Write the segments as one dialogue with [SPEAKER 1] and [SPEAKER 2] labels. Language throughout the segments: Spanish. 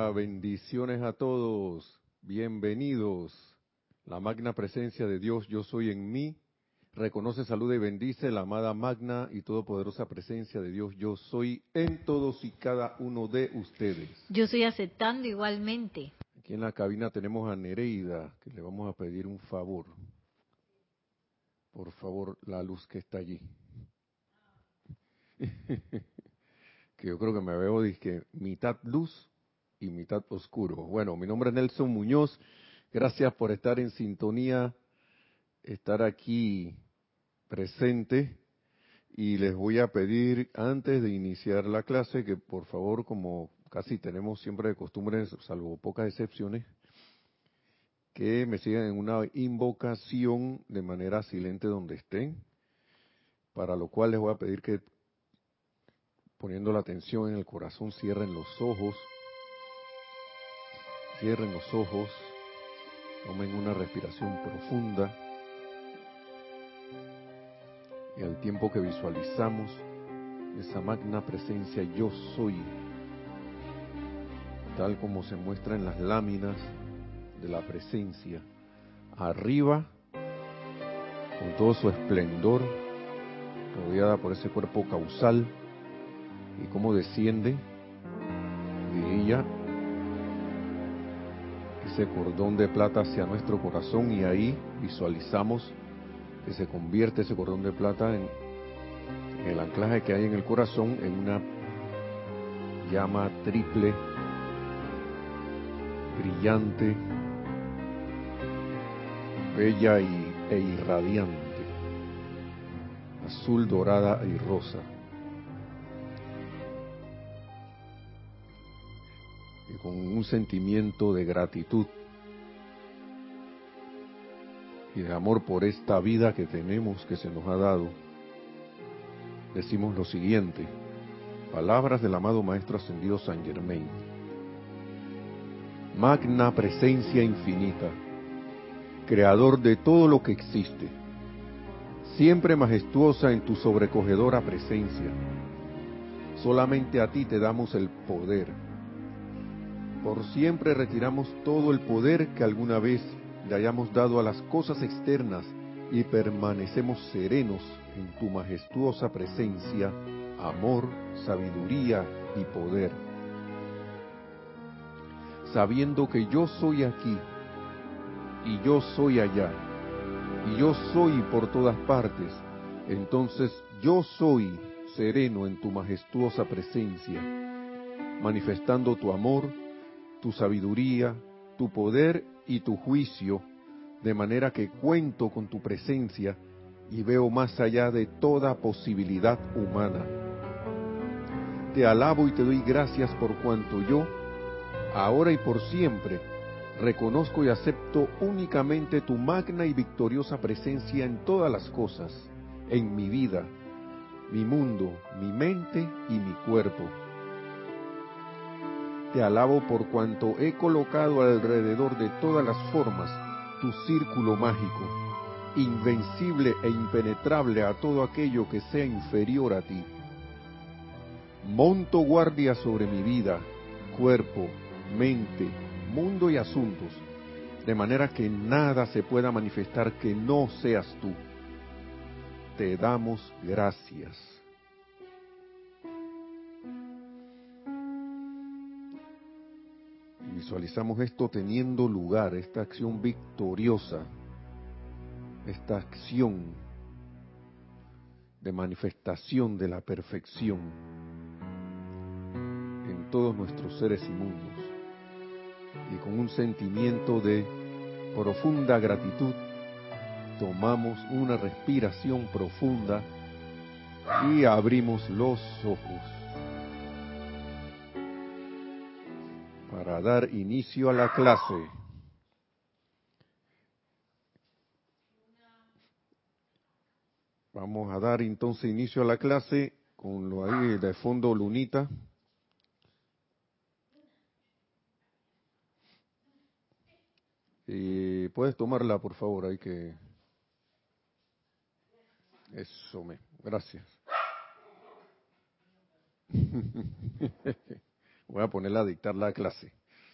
[SPEAKER 1] Hola, bendiciones a todos, bienvenidos. La magna presencia de Dios, yo soy en mí. Reconoce, saluda y bendice la amada magna y todopoderosa presencia de Dios, yo soy en todos y cada uno de ustedes.
[SPEAKER 2] Yo estoy aceptando igualmente.
[SPEAKER 1] Aquí en la cabina tenemos a Nereida, que le vamos a pedir un favor. Por favor, la luz que está allí. Que yo creo que me veo dizque mitad luz y mitad oscuro. Bueno, mi nombre es Nelson Muñoz. Gracias por estar en sintonía, estar aquí presente. Y les voy a pedir, antes de iniciar la clase, que por favor, como casi tenemos siempre de costumbre, salvo pocas excepciones, que me sigan en una invocación de manera silente donde estén, para lo cual les voy a pedir que, poniendo la atención en el corazón, cierren los ojos, tomen una respiración profunda, y al tiempo que visualizamos esa magna presencia yo soy, tal como se muestra en las láminas de la presencia, arriba, con todo su esplendor, rodeada por ese cuerpo causal, y cómo desciende de ella ese cordón de plata hacia nuestro corazón, y ahí visualizamos que se convierte ese cordón de plata en el anclaje que hay en el corazón en una llama triple, brillante, bella e irradiante, azul, dorada y rosa. Y con un sentimiento de gratitud y de amor por esta vida que tenemos, que se nos ha dado, decimos lo siguiente, palabras del amado Maestro Ascendido Saint Germain. Magna presencia infinita, creador de todo lo que existe, siempre majestuosa en tu sobrecogedora presencia, solamente a ti te damos el poder. Por siempre retiramos todo el poder que alguna vez le hayamos dado a las cosas externas y permanecemos serenos en tu majestuosa presencia, amor, sabiduría y poder. Sabiendo que yo soy aquí, y yo soy allá, y yo soy por todas partes, entonces yo soy sereno en tu majestuosa presencia, manifestando tu amor, tu sabiduría, tu poder y tu juicio, de manera que cuento con tu presencia y veo más allá de toda posibilidad humana. Te alabo y te doy gracias por cuanto yo, ahora y por siempre, reconozco y acepto únicamente tu magna y victoriosa presencia en todas las cosas, en mi vida, mi mundo, mi mente y mi cuerpo. Te alabo por cuanto he colocado alrededor de todas las formas tu círculo mágico, invencible e impenetrable a todo aquello que sea inferior a ti. Monto guardia sobre mi vida, cuerpo, mente, mundo y asuntos, de manera que nada se pueda manifestar que no seas tú. Te damos gracias. Visualizamos esto teniendo lugar, esta acción victoriosa, esta acción de manifestación de la perfección en todos nuestros seres y mundos. Y con un sentimiento de profunda gratitud, tomamos una respiración profunda y abrimos los ojos para dar inicio a la clase. Vamos a dar entonces inicio a la clase con lo ahí de fondo, lunita. Y puedes tomarla, por favor, ahí que... Eso gracias. Voy a ponerla a dictar la clase.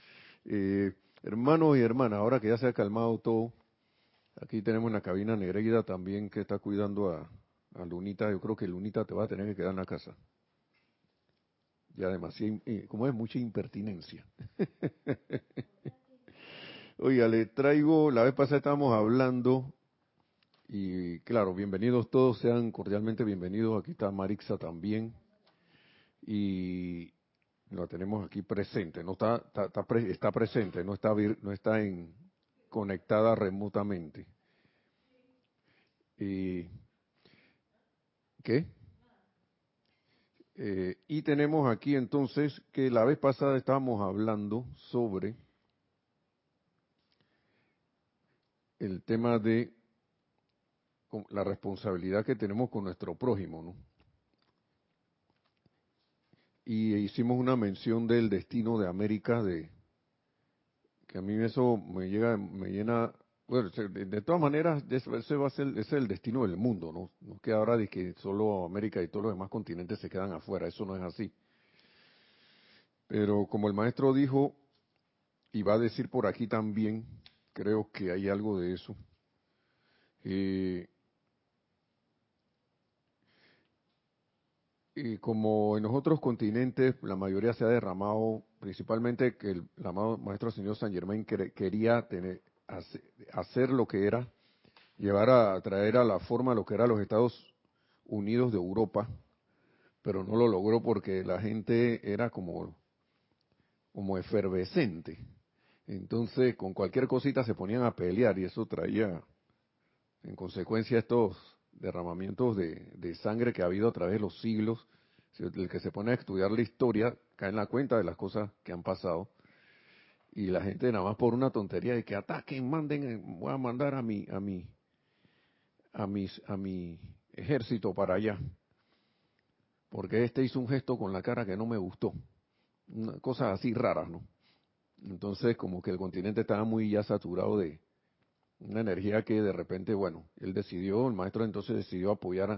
[SPEAKER 1] Hermanos y hermanas, ahora que ya se ha calmado todo, aquí tenemos en la cabina Nereida también que está cuidando a Lunita. Yo creo que Lunita te va a tener que quedar en la casa. Ya demasiado, como es mucha impertinencia. Oiga, le traigo, la vez pasada estábamos hablando, y claro, bienvenidos todos, sean cordialmente bienvenidos. Aquí está Marixa también, y la tenemos aquí presente. No está presente, no está conectada remotamente. Y, ¿qué? Y tenemos aquí entonces que la vez pasada estábamos hablando sobre el tema de la responsabilidad que tenemos con nuestro prójimo, ¿no? Y hicimos una mención del destino de América, que a mí eso me llena, bueno, de todas maneras, ese va a ser, ese es el destino del mundo, ¿no? No que ahora de que solo América y todos los demás continentes se quedan afuera, eso no es así. Pero como el maestro dijo, y va a decir por aquí también, creo que hay algo de eso. Y como en los otros continentes la mayoría se ha derramado, principalmente que el amado Maestro Señor San Germain quería hacer lo que era, llevar a traer a la forma lo que era los Estados Unidos de Europa, pero no lo logró porque la gente era como efervescente. Entonces, con cualquier cosita se ponían a pelear y eso traía en consecuencia estos derramamientos de sangre que ha habido a través de los siglos. El que se pone a estudiar la historia cae en la cuenta de las cosas que han pasado y la gente nada más por una tontería de que ataquen, manden, voy a mandar a mi ejército para allá porque este hizo un gesto con la cara que no me gustó, cosas así raras, ¿no? Entonces como que el continente estaba muy ya saturado de una energía que de repente, bueno, el maestro entonces decidió apoyar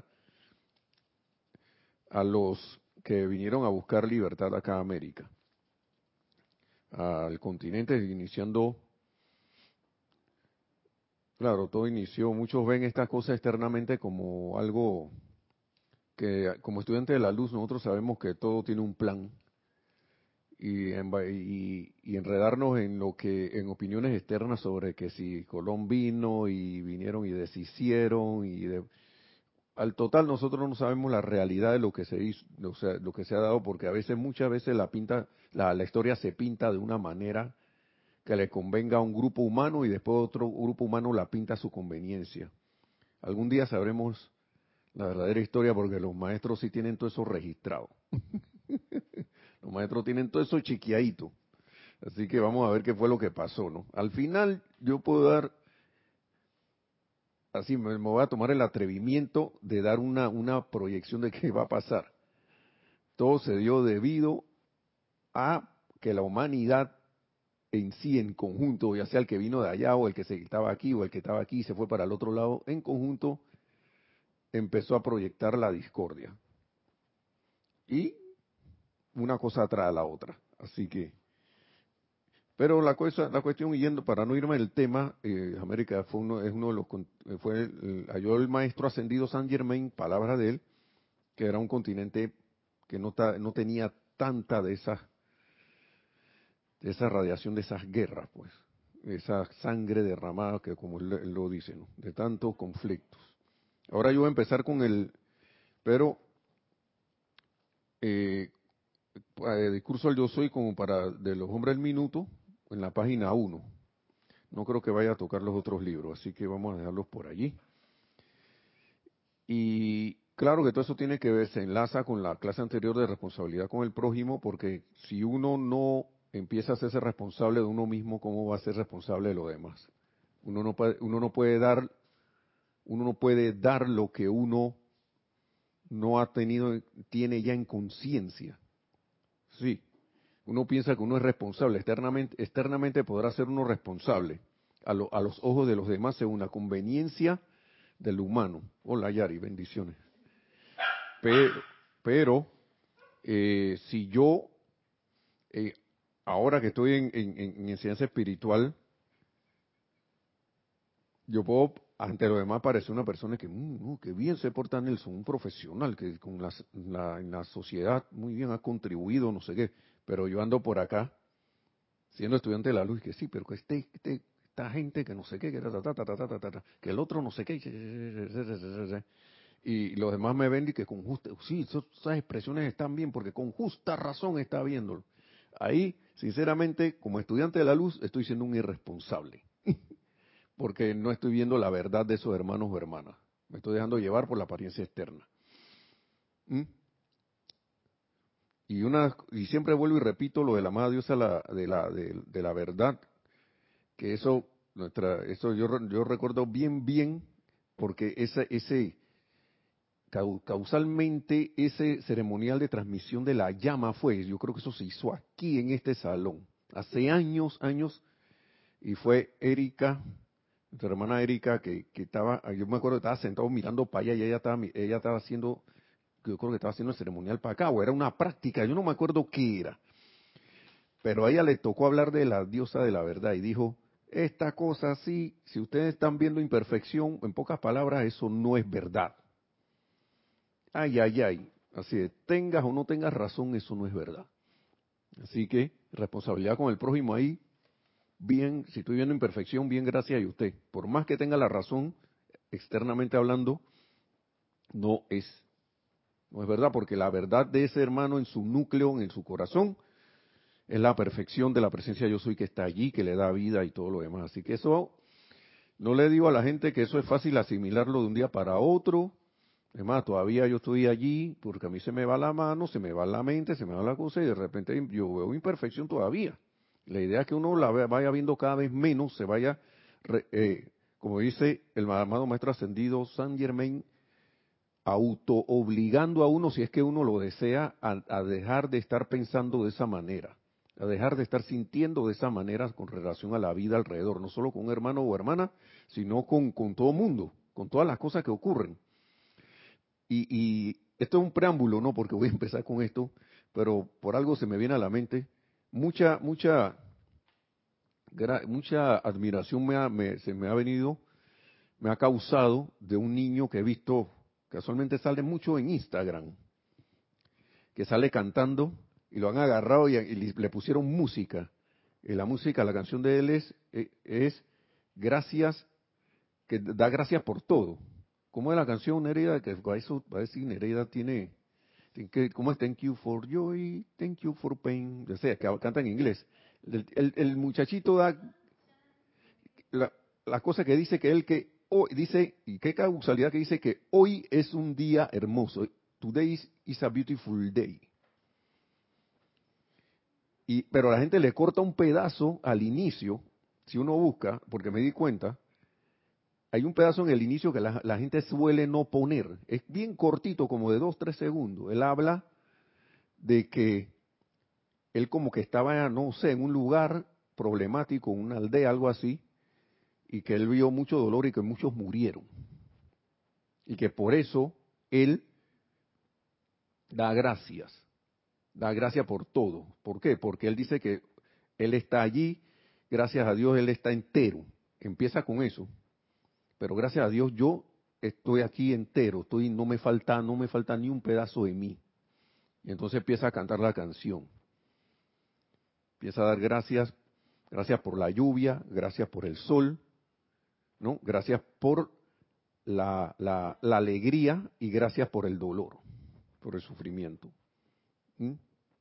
[SPEAKER 1] a los que vinieron a buscar libertad acá a América, al continente, iniciando, claro, todo inició, muchos ven estas cosas externamente como algo que, como estudiantes de la luz, nosotros sabemos que todo tiene un plan y enredarnos en lo que, en opiniones externas sobre que si Colón vino y vinieron y deshicieron al total nosotros no sabemos la realidad de lo que se hizo, o sea, lo que se ha dado, porque a veces, muchas veces la historia se pinta de una manera que le convenga a un grupo humano y después otro grupo humano la pinta a su conveniencia. Algún día sabremos la verdadera historia porque los maestros sí tienen todo eso registrado. Los maestros tienen todo eso chiquiadito. Así que vamos a ver qué fue lo que pasó, ¿no? Al final yo puedo dar, así me voy a tomar el atrevimiento de dar una proyección de qué va a pasar. Todo se dio debido a que la humanidad en sí, en conjunto, ya sea el que vino de allá o el que estaba aquí o el que estaba aquí y se fue para el otro lado, en conjunto empezó a proyectar la discordia. Y una cosa atrae a la otra. Así que, pero la cuestión, yendo para no irme del tema, América es uno de los, halló el maestro ascendido San Germain, palabras de él, que era un continente que no tenía tanta de esa radiación, de esas guerras, pues, esa sangre derramada que como él lo dice, ¿no? De tantos conflictos. Ahora yo voy a empezar con pero eh, discurso al yo soy como para de los hombres del minuto en la página 1. No creo que vaya a tocar los otros libros, así que vamos a dejarlos por allí. Y claro que todo eso tiene que ver, se enlaza con la clase anterior de responsabilidad con el prójimo, porque si uno no empieza a hacerse responsable de uno mismo, ¿cómo va a ser responsable de los demás? Uno no puede dar lo que uno no ha tenido, tiene ya en conciencia. Sí, uno piensa que uno es responsable, externamente podrá ser uno responsable a los ojos de los demás según la conveniencia del humano. Hola Yari, bendiciones. Pero si yo ahora que estoy en enseñanza espiritual, yo puedo, ante lo demás, parecer una persona que, que bien se porta Nelson, un profesional que con en la sociedad muy bien ha contribuido, no sé qué, pero yo ando por acá, siendo estudiante de la luz, que sí, pero que esta gente que no sé qué, que, que el otro no sé qué, y los demás me ven y que con justa, sí, esas expresiones están bien, porque con justa razón está viéndolo. Ahí, sinceramente, como estudiante de la luz, estoy siendo un irresponsable, porque no estoy viendo la verdad de esos hermanos o hermanas. Me estoy dejando llevar por la apariencia externa. ¿Mm? Y siempre vuelvo y repito lo de la amada diosa de la verdad, que eso yo recuerdo bien, porque causalmente ese ceremonial de transmisión de la llama yo creo que eso se hizo aquí en este salón, hace años, y fue Erika, nuestra hermana Erika, que estaba, yo me acuerdo que estaba sentado mirando para allá y ella estaba haciendo, yo creo que estaba haciendo el ceremonial para acá, o era una práctica, yo no me acuerdo qué era, pero a ella le tocó hablar de la diosa de la verdad y dijo, esta cosa sí, si ustedes están viendo imperfección, en pocas palabras, eso no es verdad. Ay. Así de, tengas o no tengas razón, eso no es verdad. Así que, responsabilidad con el prójimo ahí, bien, si estoy viendo imperfección, bien gracias a usted. Por más que tenga la razón, externamente hablando, no es, no es verdad, porque la verdad de ese hermano en su núcleo, en su corazón, es la perfección de la presencia yo soy que está allí, que le da vida y todo lo demás. Así que eso, no le digo a la gente que eso es fácil asimilarlo de un día para otro. Es más, todavía yo estoy allí porque a mí se me va la mano, se me va la mente, se me va la cosa y de repente yo veo imperfección todavía. La idea es que uno vaya viendo cada vez menos, se vaya, como dice el amado Maestro Ascendido San Germain, auto obligando a uno, si es que uno lo desea, a dejar de estar pensando de esa manera, a dejar de estar sintiendo de esa manera con relación a la vida alrededor, no solo con un hermano o hermana, sino con todo mundo, con todas las cosas que ocurren. Y esto es un preámbulo, ¿no? Porque voy a empezar con esto, pero por algo se me viene a la mente. Mucha admiración se me ha venido, me ha causado de un niño que he visto, casualmente sale mucho en Instagram, que sale cantando y lo han agarrado y le pusieron música. Y la música, la canción de él es gracias, que da gracias por todo. ¿Cómo es la canción, Nereida? Que para eso, va a decir, Nereida tiene, ¿cómo es? Thank you for joy, thank you for pain. O sea, que canta en inglés. El muchachito da la, la cosa que dice que él que hoy dice, y qué causalidad que dice que hoy es un día hermoso. Today is a beautiful day. Pero a la gente le corta un pedazo al inicio, si uno busca, porque me di cuenta, hay un pedazo en el inicio que la gente suele no poner. Es bien cortito, como de 2, 3 segundos. Él habla de que él como que estaba, no sé, en un lugar problemático, en una aldea, algo así, y que él vio mucho dolor y que muchos murieron. Y que por eso él da gracias por todo. ¿Por qué? Porque él dice que él está allí, gracias a Dios él está entero. Empieza con eso. Pero gracias a Dios yo estoy aquí entero, no me falta ni un pedazo de mí. Y entonces empieza a cantar la canción. Empieza a dar gracias por la lluvia, gracias por el sol, ¿no? Gracias por la alegría y gracias por el dolor, por el sufrimiento. ¿Mm?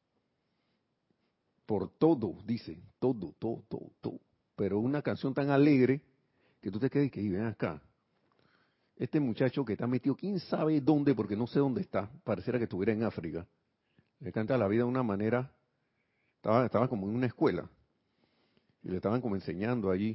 [SPEAKER 1] Por todo, dice, todo. Pero una canción tan alegre que tú te quedes que ven acá. Este muchacho que está metido, quién sabe dónde, porque no sé dónde está, pareciera que estuviera en África. Le canta la vida de una manera, estaba como en una escuela, y le estaban como enseñando allí.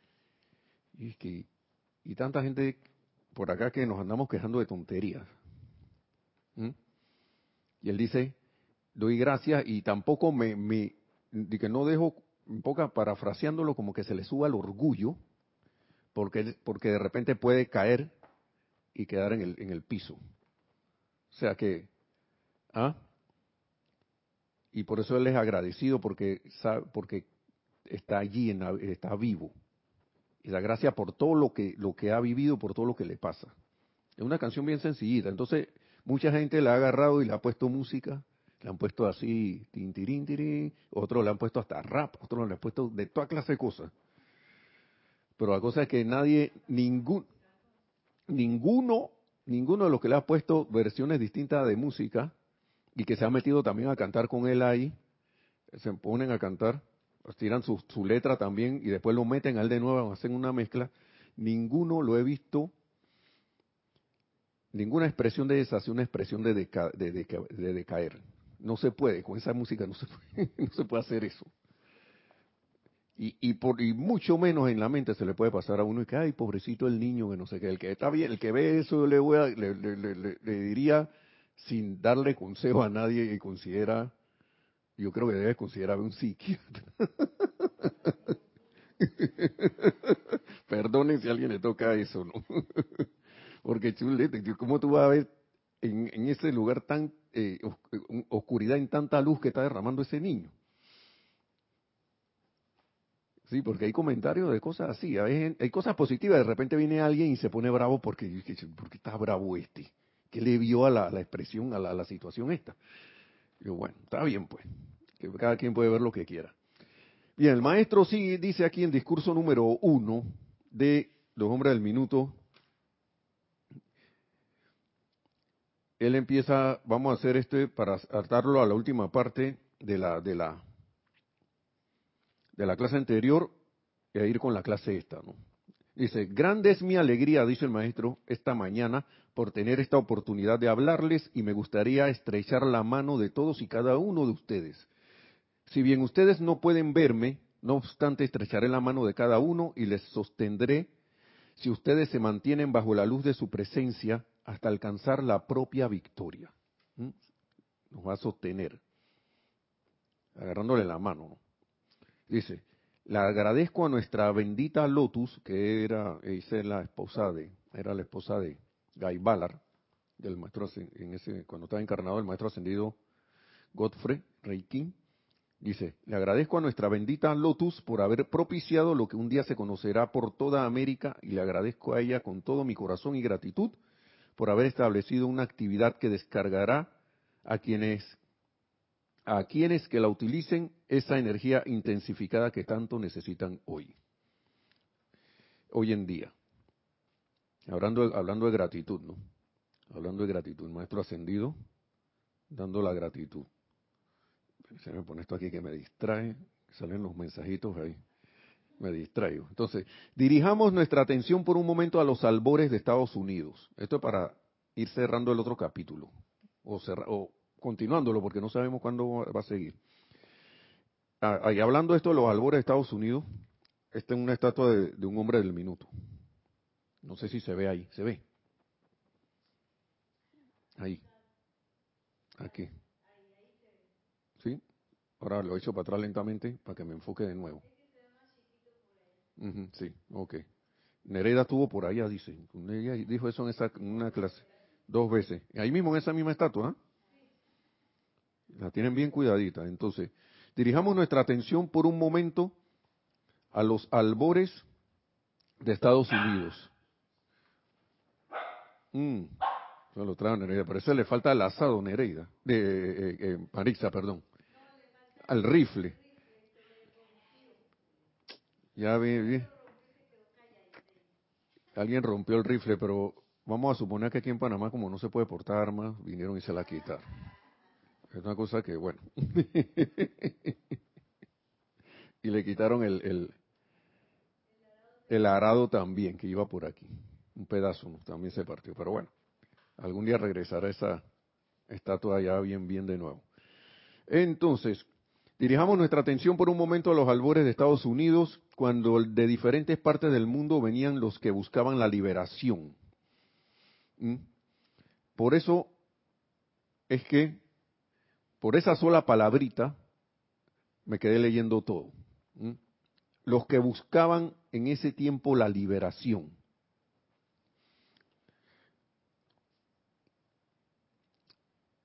[SPEAKER 1] Y tanta gente por acá que nos andamos quejando de tonterías. ¿Mm? Y él dice, doy gracias y tampoco de que no dejo, un poco parafraseándolo, como que se le suba el orgullo, porque de repente puede caer y quedar en el piso. O sea que, ¿ah? y por eso él es agradecido porque porque está allí, está vivo. Y da gracias por todo lo que ha vivido, por todo lo que le pasa. Es una canción bien sencillita. Entonces, mucha gente la ha agarrado y le ha puesto música. Le han puesto así, tin, tirín, tirín. Otros le han puesto hasta rap. Otros le han puesto de toda clase de cosas. Pero la cosa es que ninguno de los que le ha puesto versiones distintas de música y que se ha metido también a cantar con él ahí, se ponen a cantar, pues tiran su letra también y después lo meten a él de nuevo, hacen una mezcla. Ninguno lo he visto, ninguna expresión de esa, hace una expresión de decaer. No se puede, con esa música no se puede, no se puede hacer eso. Y mucho menos en la mente se le puede pasar a uno y que, ay, pobrecito el niño, que no sé qué. El que está bien, el que ve eso, le diría, sin darle consejo a nadie, y considera, yo creo que debe considerar un psiquiatra. Perdonen si a alguien le toca eso, ¿no? Porque chulete, ¿cómo tú vas a ver en ese lugar tan oscuridad, en tanta luz que está derramando ese niño? Sí, porque hay comentarios de cosas así. A veces hay cosas positivas. De repente viene alguien y se pone bravo porque, ¿por qué está bravo este? ¿Qué le vio a la expresión, a la situación esta? Yo, bueno, está bien pues. Que cada quien puede ver lo que quiera. Bien, el maestro sí dice aquí en discurso número 1 de los hombres del minuto. Él empieza, vamos a hacer para atarlo a la última parte de la clase anterior y a ir con la clase esta, ¿no? Dice, grande es mi alegría, dice el maestro, esta mañana por tener esta oportunidad de hablarles y me gustaría estrechar la mano de todos y cada uno de ustedes. Si bien ustedes no pueden verme, no obstante estrecharé la mano de cada uno y les sostendré si ustedes se mantienen bajo la luz de su presencia hasta alcanzar la propia victoria. ¿Mm? Nos va a sostener, agarrándole la mano, ¿no? Dice, le agradezco a nuestra bendita Lotus, que era la esposa de Guy Ballard, del maestro, cuando estaba encarnado el maestro ascendido Godfrey Reikin. Dice, le agradezco a nuestra bendita Lotus por haber propiciado lo que un día se conocerá por toda América y le agradezco a ella con todo mi corazón y gratitud por haber establecido una actividad que descargará a quienes que la utilicen esa energía intensificada que tanto necesitan hoy en día. Hablando de gratitud, ¿no? Hablando de gratitud, el maestro ascendido dando la gratitud. Se me pone esto aquí que me distrae, salen los mensajitos ahí, me distraigo. Entonces, dirijamos nuestra atención por un momento a los albores de Estados Unidos. Esto es para ir cerrando el otro capítulo, o continuándolo, porque no sabemos cuándo va a seguir. Y hablando esto de los albores de Estados Unidos, esta es una estatua de un hombre del minuto. No sé si se ve ahí, ¿se ve? Ahí, aquí. ¿Sí? Ahora lo echo para atrás lentamente para que me enfoque de nuevo. Ujú, sí, ok. Nereida estuvo por allá, dice. Ella dijo eso en una clase. 2 veces. Ahí mismo en esa misma estatua, ¿ah? La tienen bien cuidadita. Entonces, dirijamos nuestra atención por un momento a los albores de Estados Unidos. Se lo trae Nereida. Pero eso le falta el asado, Nereida. Marixa, perdón. Al rifle. Ya vi. Alguien rompió el rifle, pero vamos a suponer que aquí en Panamá, como no se puede portar armas, vinieron y se la quitaron. Es una cosa que, bueno. Y le quitaron el arado también, que iba por aquí. Un pedazo, ¿no? También se partió. Pero bueno, algún día regresará esa estatua ya bien de nuevo. Entonces, dirijamos nuestra atención por un momento a los albores de Estados Unidos, cuando de diferentes partes del mundo venían los que buscaban la liberación. Por eso es que, por esa sola palabrita, me quedé leyendo todo. Los que buscaban en ese tiempo la liberación.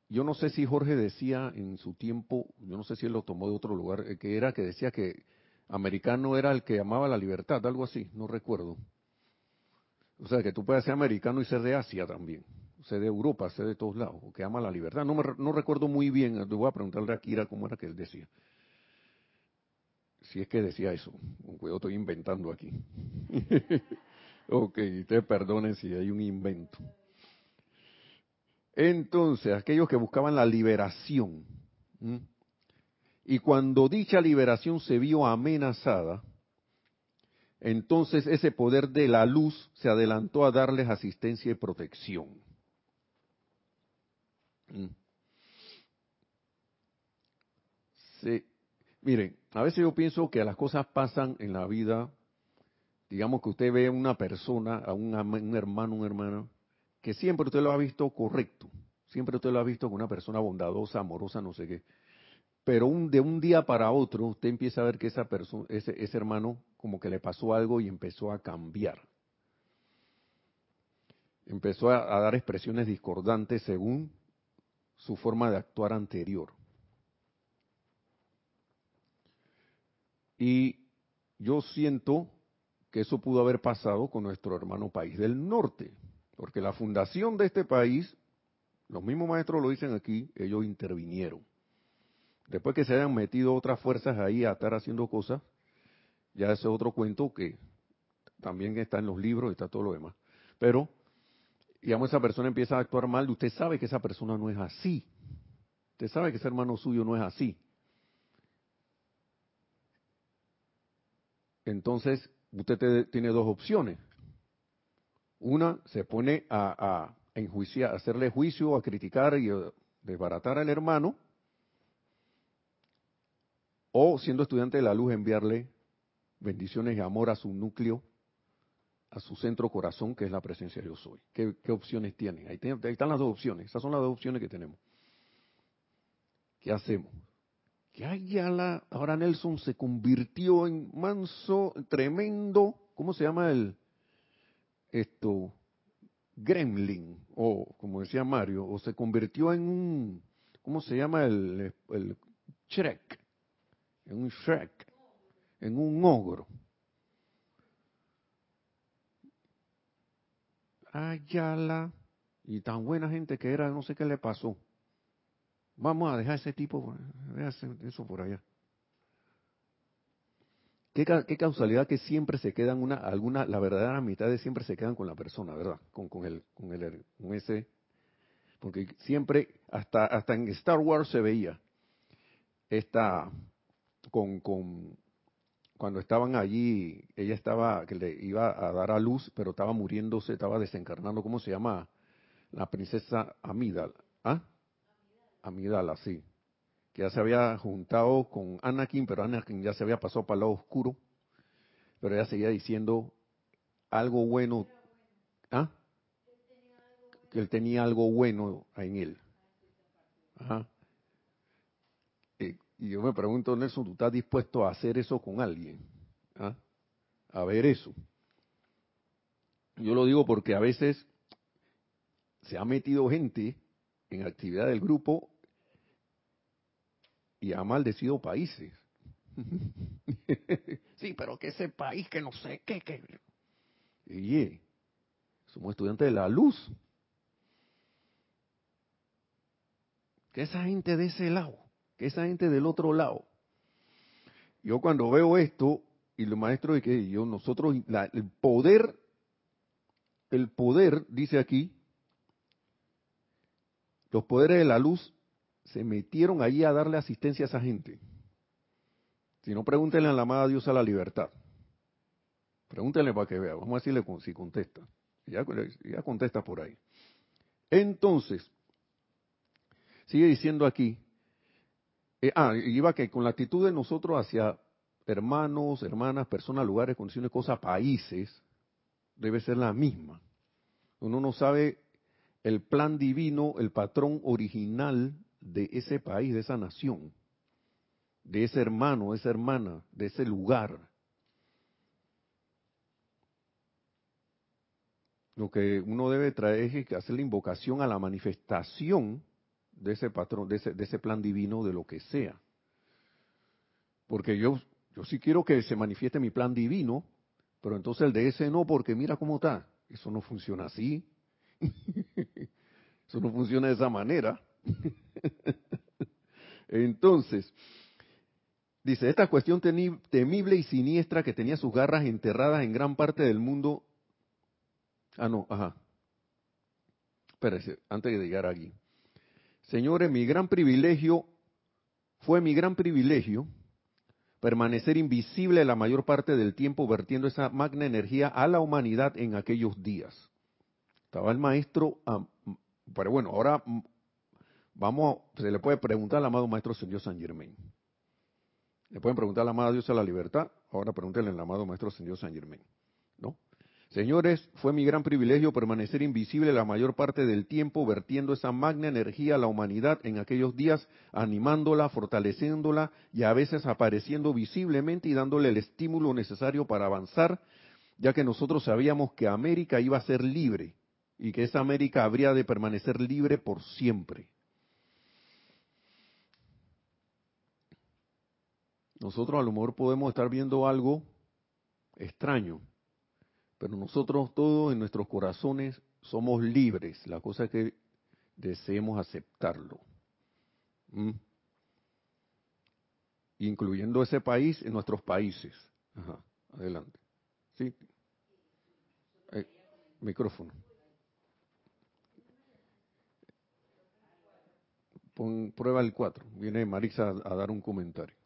[SPEAKER 1] yo no sé si Jorge decía en su tiempo, yo no sé si él lo tomó de otro lugar, que decía que americano era el que amaba la libertad, algo así, no recuerdo. O sea, que tú puedes ser americano y ser de Asia también, ser de Europa, ser de todos lados, o que ama la libertad. No recuerdo muy bien, le voy a preguntarle a Kira cómo era que él decía. Si es que decía eso, aunque yo estoy inventando aquí. Ok, ustedes perdonen si hay un invento. Entonces, aquellos que buscaban la liberación, ¿m? Y cuando dicha liberación se vio amenazada, entonces ese poder de la luz se adelantó a darles asistencia y protección. ¿M? Sí. Miren, a veces yo pienso que las cosas pasan en la vida, digamos que usted ve a una persona, a un hermano, una hermana, que siempre usted lo ha visto correcto, siempre usted lo ha visto con una persona bondadosa, amorosa, no sé qué. Pero de un día para otro usted empieza a ver que esa persona, ese hermano, como que le pasó algo y empezó a cambiar. Empezó a dar expresiones discordantes según su forma de actuar anterior. Y yo siento que eso pudo haber pasado con nuestro hermano país del norte, porque la fundación de este país, los mismos maestros lo dicen aquí, ellos intervinieron. Después que se hayan metido otras fuerzas ahí a estar haciendo cosas, ya ese es otro cuento que también está en los libros y está todo lo demás. Pero, digamos, esa persona empieza a actuar mal y usted sabe que esa persona no es así. Usted sabe que ese hermano suyo no es así. Entonces, usted tiene dos opciones. Una, se pone a enjuiciar, a hacerle juicio, a criticar y a desbaratar al hermano, o siendo estudiante de la luz, enviarle bendiciones y amor a su núcleo, a su centro corazón, que es la presencia de yo soy. ¿Qué opciones tienen? Ahí están las dos opciones. Esas son las dos opciones que tenemos. ¿Qué hacemos? Que ahora Nelson se convirtió en manso, tremendo, ¿cómo se llama esto? Gremlin, o como decía Mario, o se convirtió en un, ¿cómo se llama el Shrek? En un Shrek, en un ogro. Ayala, y tan buena gente que era, no sé qué le pasó. Vamos a dejar ese tipo, eso por allá. Qué causalidad que siempre se quedan la verdadera mitad de siempre se quedan con la persona, ¿verdad? Con ese, porque siempre, hasta en Star Wars se veía esta, cuando estaban allí, ella estaba, que le iba a dar a luz, pero estaba muriéndose, estaba desencarnando, ¿cómo se llama? La princesa Amidala, ¿ah? Amidala, sí, que ya se había juntado con Anakin, pero Anakin ya se había pasado para el lado oscuro, pero ella seguía diciendo algo bueno, ¿ah? Que él tenía algo bueno en él. Ajá. Y yo me pregunto, Nelson, ¿tú estás dispuesto a hacer eso con alguien? ¿Ah? A ver eso. Yo lo digo porque a veces se ha metido gente en actividad del grupo y ha maldecido países. Sí, pero que ese país que no sé qué, que... Oye, somos estudiantes de la luz. Que esa gente de ese lado, que esa gente del otro lado. Yo cuando veo esto, y los maestros de que nosotros, el poder, dice aquí, los poderes de la luz se metieron allí a darle asistencia a esa gente. Si no, pregúntenle a la amada diosa la libertad. Pregúntenle para que vea. Vamos a decirle si contesta. Ya contesta por ahí. Entonces, sigue diciendo aquí. Iba que con la actitud de nosotros hacia hermanos, hermanas, personas, lugares, condiciones, cosas, países, debe ser la misma. Uno no sabe el plan divino, el patrón original de ese país, de esa nación, de ese hermano, de esa hermana, de ese lugar. Lo que uno debe traer es hacer la invocación a la manifestación de ese patrón, de ese plan divino, de lo que sea. Porque yo sí quiero que se manifieste mi plan divino, pero entonces el de ese no, porque mira cómo está. Eso no funciona así. Eso no funciona de esa manera. Entonces, dice, esta cuestión temible y siniestra que tenía sus garras enterradas en gran parte del mundo. Ah, no, ajá. Espérese, antes de llegar aquí. Señores, fue mi gran privilegio permanecer invisible la mayor parte del tiempo vertiendo esa magna energía a la humanidad en aquellos días. Estaba el maestro, pero bueno, ahora se le puede preguntar al amado maestro Señor San Germain. Le pueden preguntar a la amada Diosa de la Libertad, ahora pregúntenle al amado maestro Señor San Germain, ¿no? Señores, fue mi gran privilegio permanecer invisible la mayor parte del tiempo vertiendo esa magna energía a la humanidad en aquellos días, animándola, fortaleciéndola y a veces apareciendo visiblemente y dándole el estímulo necesario para avanzar, ya que nosotros sabíamos que América iba a ser libre y que esa América habría de permanecer libre por siempre. Nosotros a lo mejor podemos estar viendo algo extraño, pero nosotros todos en nuestros corazones somos libres. La cosa es que deseemos aceptarlo. Incluyendo ese país en nuestros países. Ajá, adelante. Sí. Micrófono. Prueba el 4. Viene Marisa a dar un comentario.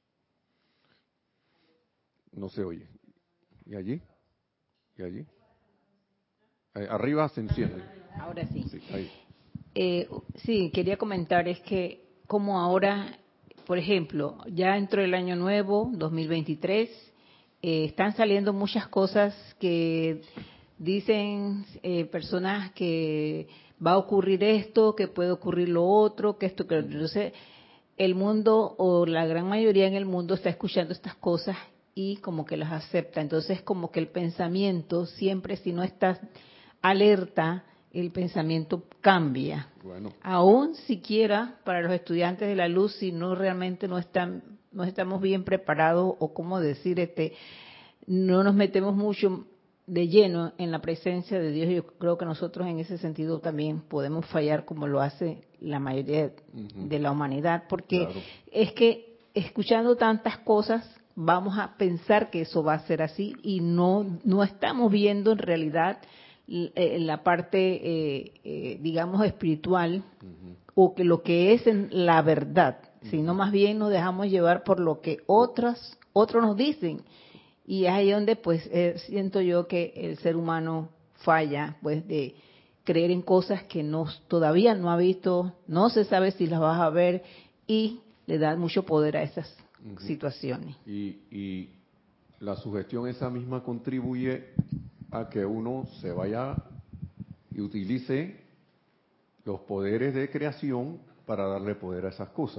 [SPEAKER 1] No se oye. ¿Y allí? ¿Y allí? Arriba se enciende.
[SPEAKER 3] Ahora sí.
[SPEAKER 1] Sí, ahí.
[SPEAKER 3] Sí, quería comentar es que como ahora, por ejemplo, ya entró el año nuevo, 2023, están saliendo muchas cosas que dicen personas que va a ocurrir esto, que puede ocurrir lo otro, que esto, que entonces el mundo o la gran mayoría en el mundo está escuchando estas cosas y como que las acepta. Entonces como que el pensamiento siempre, si no estás alerta, el pensamiento cambia.
[SPEAKER 1] Bueno.
[SPEAKER 3] Aún siquiera para los estudiantes de la luz, si no realmente no estamos bien preparados o cómo decir, no nos metemos mucho de lleno en la presencia de Dios. Yo creo que nosotros en ese sentido también podemos fallar como lo hace la mayoría de la humanidad, porque
[SPEAKER 1] claro,
[SPEAKER 3] es que escuchando tantas cosas vamos a pensar que eso va a ser así y no estamos viendo en realidad la parte, digamos, espiritual o que lo que es en la verdad, sino más bien nos dejamos llevar por lo que otros nos dicen. Y es ahí donde pues siento yo que el ser humano falla, pues de creer en cosas que todavía no ha visto, no se sabe si las vas a ver y le da mucho poder a esas situaciones.
[SPEAKER 1] Y la sugestión esa misma contribuye a que uno se vaya y utilice los poderes de creación para darle poder a esas cosas,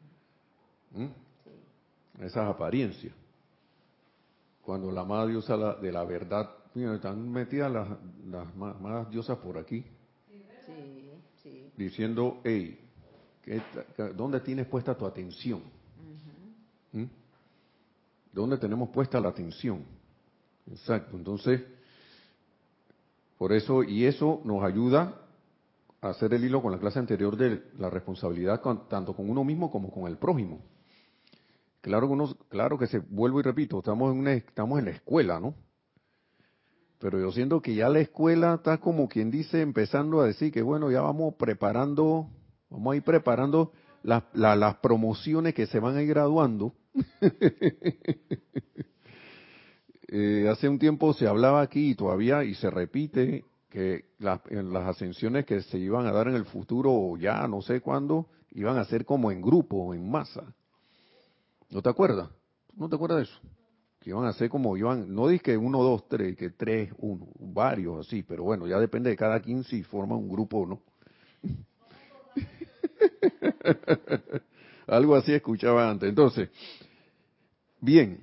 [SPEAKER 1] a esas apariencias. Cuando la amada diosa de la verdad, mira, están metidas las más diosas por aquí,
[SPEAKER 3] Sí.
[SPEAKER 1] diciendo, hey, ¿dónde tienes puesta tu atención? ¿Dónde tenemos puesta la atención? Exacto, entonces, por eso, y eso nos ayuda a hacer el hilo con la clase anterior de la responsabilidad tanto con uno mismo como con el prójimo. Claro que vuelvo y repito, estamos en la escuela, ¿no? Pero yo siento que ya la escuela está como quien dice, empezando a decir que bueno, ya vamos a ir preparando las promociones que se van a ir graduando. Hace un tiempo se hablaba aquí y todavía, y se repite, que en las ascensiones que se iban a dar en el futuro, o ya no sé cuándo, iban a ser como en grupo, en masa. ¿No te acuerdas? ¿No te acuerdas de eso? Que iban a ser no dije que 1, 2, 3, que 3, 1, varios así, pero bueno, ya depende de cada quien si forma un grupo o no. Algo así escuchaba antes. Entonces, bien.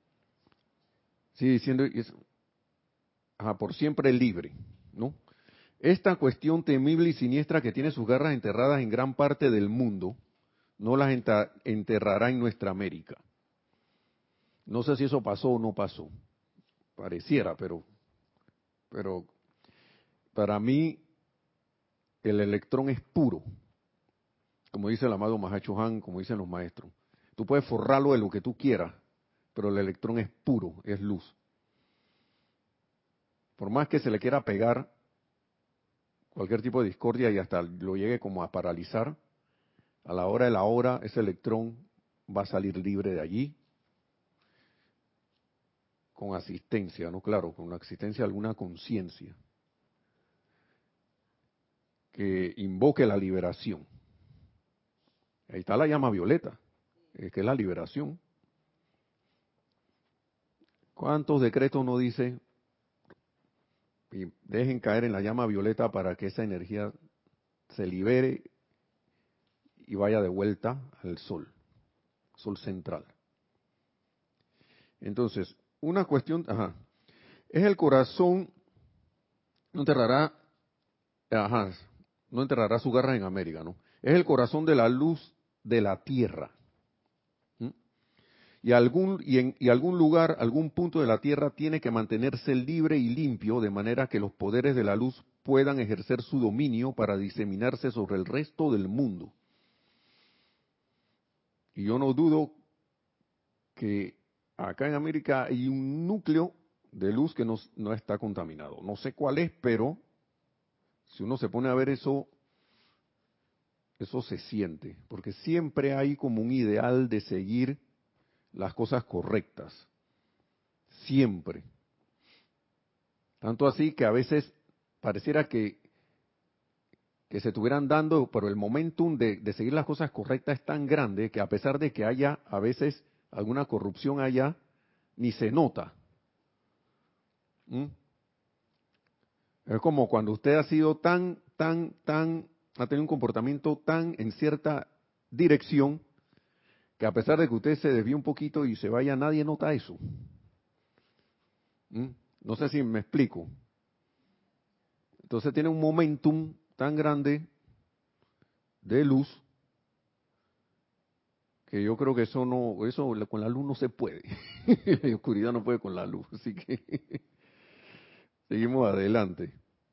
[SPEAKER 1] Sigue diciendo, por siempre libre, ¿no? Esta cuestión temible y siniestra que tiene sus garras enterradas en gran parte del mundo, no las enterrará en nuestra América. No sé si eso pasó o no pasó. Pareciera, pero para mí el electrón es puro, como dice el amado Mahacho Han, como dicen los maestros. Tú puedes forrarlo de lo que tú quieras, pero el electrón es puro, es luz. Por más que se le quiera pegar cualquier tipo de discordia y hasta lo llegue como a paralizar, a la hora de la hora ese electrón va a salir libre de allí, con asistencia, ¿no? Claro, con la asistencia de alguna conciencia que invoque la liberación. Ahí está la llama violeta, que es la liberación. ¿Cuántos decretos no dice? Y dejen caer en la llama violeta para que esa energía se libere y vaya de vuelta al sol central. Entonces, una cuestión, es el corazón, no enterrará, no enterrará su garra en América, ¿no? Es el corazón de la luz de la tierra. Y algún lugar, algún punto de la tierra tiene que mantenerse libre y limpio de manera que los poderes de la luz puedan ejercer su dominio para diseminarse sobre el resto del mundo. Y yo no dudo que acá en América hay un núcleo de luz que no está contaminado. No sé cuál es, pero si uno se pone a ver eso, eso se siente, porque siempre hay como un ideal de seguir las cosas correctas. Siempre. Tanto así que a veces pareciera que se estuvieran dando, pero el momentum de seguir las cosas correctas es tan grande que a pesar de que haya a veces alguna corrupción allá, ni se nota. Es como cuando usted ha sido ha tenido un comportamiento tan en cierta dirección, que a pesar de que usted se desvíe un poquito y se vaya, nadie nota eso. No sé si me explico. Entonces tiene un momentum tan grande de luz que yo creo que eso con la luz no se puede. La oscuridad no puede con la luz, así que seguimos adelante.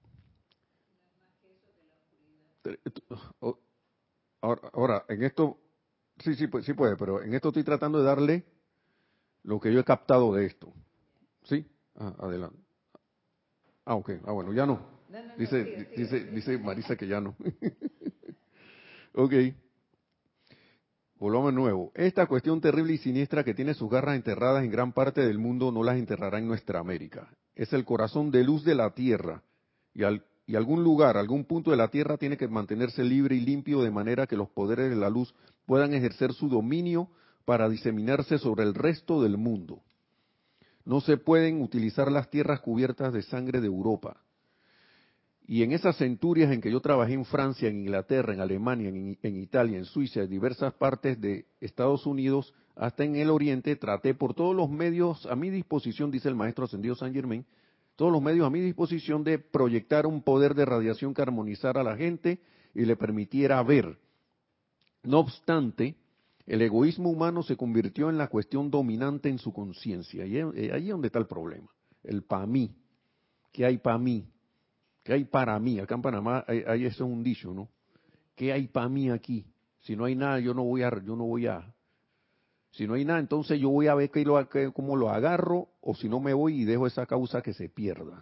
[SPEAKER 1] Ahora, en esto, sí puede, pero en esto estoy tratando de darle lo que yo he captado de esto. ¿Sí? Adelante. Ok, bueno, ya no. Dice Marisa que ya no. Ok. Volvamos de nuevo. Esta cuestión terrible y siniestra que tiene sus garras enterradas en gran parte del mundo no las enterrará en nuestra América. Es el corazón de luz de la tierra. Y algún lugar, algún punto de la tierra tiene que mantenerse libre y limpio de manera que los poderes de la luz puedan ejercer su dominio para diseminarse sobre el resto del mundo. No se pueden utilizar las tierras cubiertas de sangre de Europa. Y en esas centurias en que yo trabajé en Francia, en Inglaterra, en Alemania, en Italia, en Suiza, en diversas partes de Estados Unidos, hasta en el Oriente, traté por todos los medios a mi disposición, dice el maestro ascendido Saint Germain, todos los medios a mi disposición de proyectar un poder de radiación que armonizara a la gente y le permitiera ver. No obstante, el egoísmo humano se convirtió en la cuestión dominante en su conciencia. Y ahí es donde está el problema. El pa' mí. ¿Qué hay pa' mí? ¿Qué hay para mí? Acá en Panamá hay eso es un dicho, ¿no? ¿Qué hay para mí aquí? Si no hay nada, yo no voy a. Si no hay nada, entonces yo voy a ver cómo lo agarro, o si no me voy y dejo esa causa que se pierda.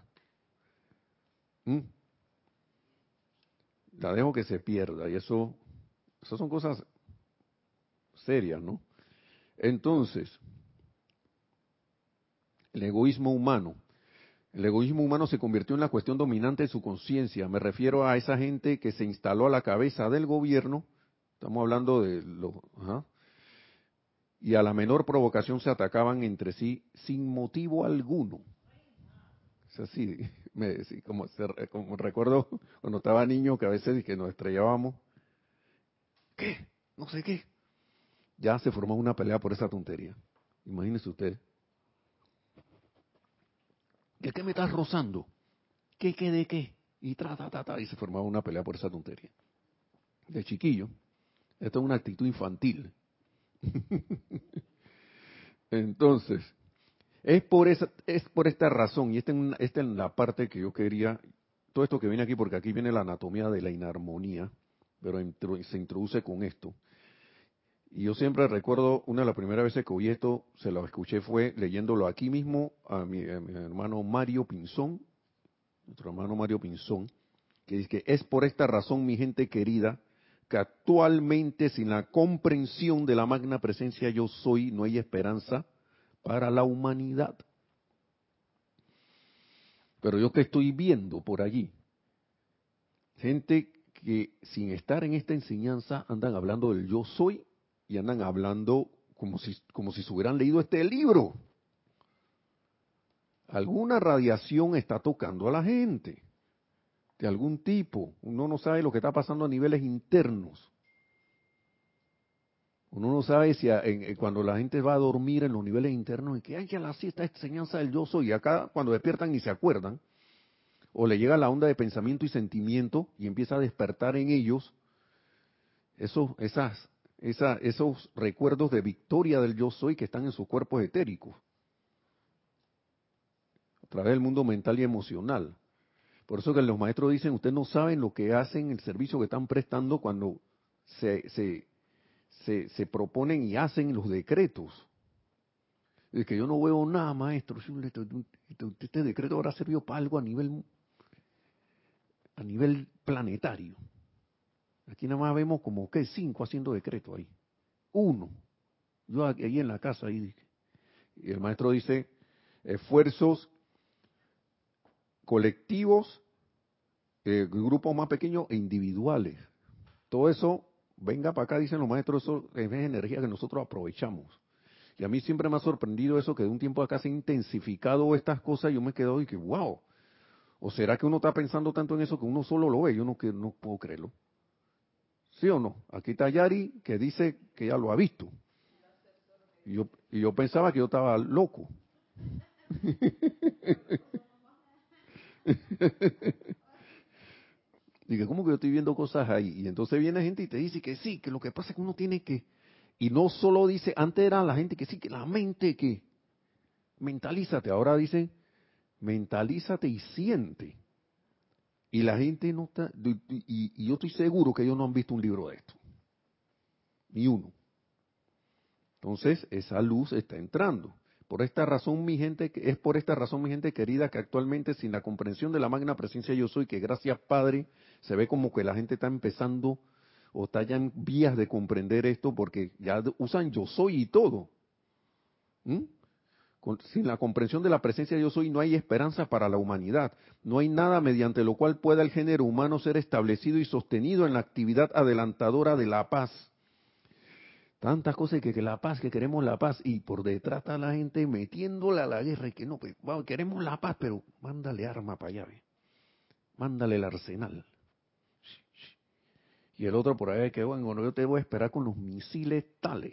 [SPEAKER 1] La dejo que se pierda, y eso son cosas serias, ¿no? Entonces, el egoísmo humano. El egoísmo humano se convirtió en la cuestión dominante de su conciencia. Me refiero a esa gente que se instaló a la cabeza del gobierno. Estamos hablando de los... y a la menor provocación se atacaban entre sí sin motivo alguno. Es así, como recuerdo cuando estaba niño que a veces que nos estrellábamos. ¿Qué? No sé qué. Ya se formó una pelea por esa tontería. Imagínese usted. ¿Qué me estás rozando? ¿Qué de qué? y y se formaba una pelea por esa tontería. De chiquillo, esto es una actitud infantil. Entonces, es por esta razón, y esta es la parte que yo quería, todo esto que viene aquí, porque aquí viene la anatomía de la inarmonía, pero se introduce con esto. Y yo siempre recuerdo, una de las primeras veces que oí esto, se lo escuché fue leyéndolo aquí mismo a mi hermano Mario Pinzón, nuestro hermano Mario Pinzón, que dice que es por esta razón, mi gente querida, que actualmente sin la comprensión de la magna presencia yo soy, no hay esperanza para la humanidad. Pero yo que estoy viendo por allí, gente que sin estar en esta enseñanza andan hablando del yo soy y andan hablando como si se hubieran leído este libro. Alguna radiación está tocando a la gente, de algún tipo. Uno no sabe lo que está pasando a niveles internos. Uno no sabe si cuando la gente va a dormir en los niveles internos, y que hay que así esta enseñanza del yo soy, y acá cuando despiertan y se acuerdan, o le llega la onda de pensamiento y sentimiento y empieza a despertar en ellos esos recuerdos de victoria del yo soy que están en sus cuerpos etéricos, a través del mundo mental y emocional. Por eso que los maestros dicen, ustedes no saben lo que hacen, el servicio que están prestando cuando se proponen y hacen los decretos. Es que yo no veo nada, maestro. Este decreto habrá servido para algo a nivel planetario. Aquí nada más vemos como que 5 haciendo decretos ahí. 1. Yo ahí en la casa, ahí, y el maestro dice, esfuerzos colectivos, grupos más pequeños e individuales. Todo eso, venga para acá, dicen los maestros, eso es energía que nosotros aprovechamos. Y a mí siempre me ha sorprendido eso, que de un tiempo acá se ha intensificado estas cosas y yo me quedo y que, wow. ¿O será que uno está pensando tanto en eso que uno solo lo ve? Yo no puedo creerlo. ¿Sí o no? Aquí está Yari, que dice que ya lo ha visto. Y yo pensaba que yo estaba loco. Dije, ¿cómo que yo estoy viendo cosas ahí? Y entonces viene gente y te dice que sí, que lo que pasa es que uno tiene que... Y no solo dice, antes era la gente que sí, que la mente, que mentalízate. Ahora dicen, mentalízate y siente. Y la gente no está... Y yo estoy seguro que ellos no han visto un libro de esto. Ni uno. Entonces, esa luz está entrando. Por esta razón, mi gente, es por esta razón, mi gente querida, que actualmente sin la comprensión de la magna presencia yo soy, que gracias Padre, se ve como que la gente está empezando o está ya en vías de comprender esto porque ya usan yo soy y todo. ¿Mm? Sin la comprensión de la presencia yo soy no hay esperanza para la humanidad. No hay nada mediante lo cual pueda el género humano ser establecido y sostenido en la actividad adelantadora de la paz. Tantas cosas que la paz, que queremos la paz, y por detrás está la gente metiéndola a la guerra y que no, pues, wow, queremos la paz, pero mándale arma para allá, ¿ve? Mándale el arsenal. Y el otro por ahí que, bueno, yo te voy a esperar con los misiles tales.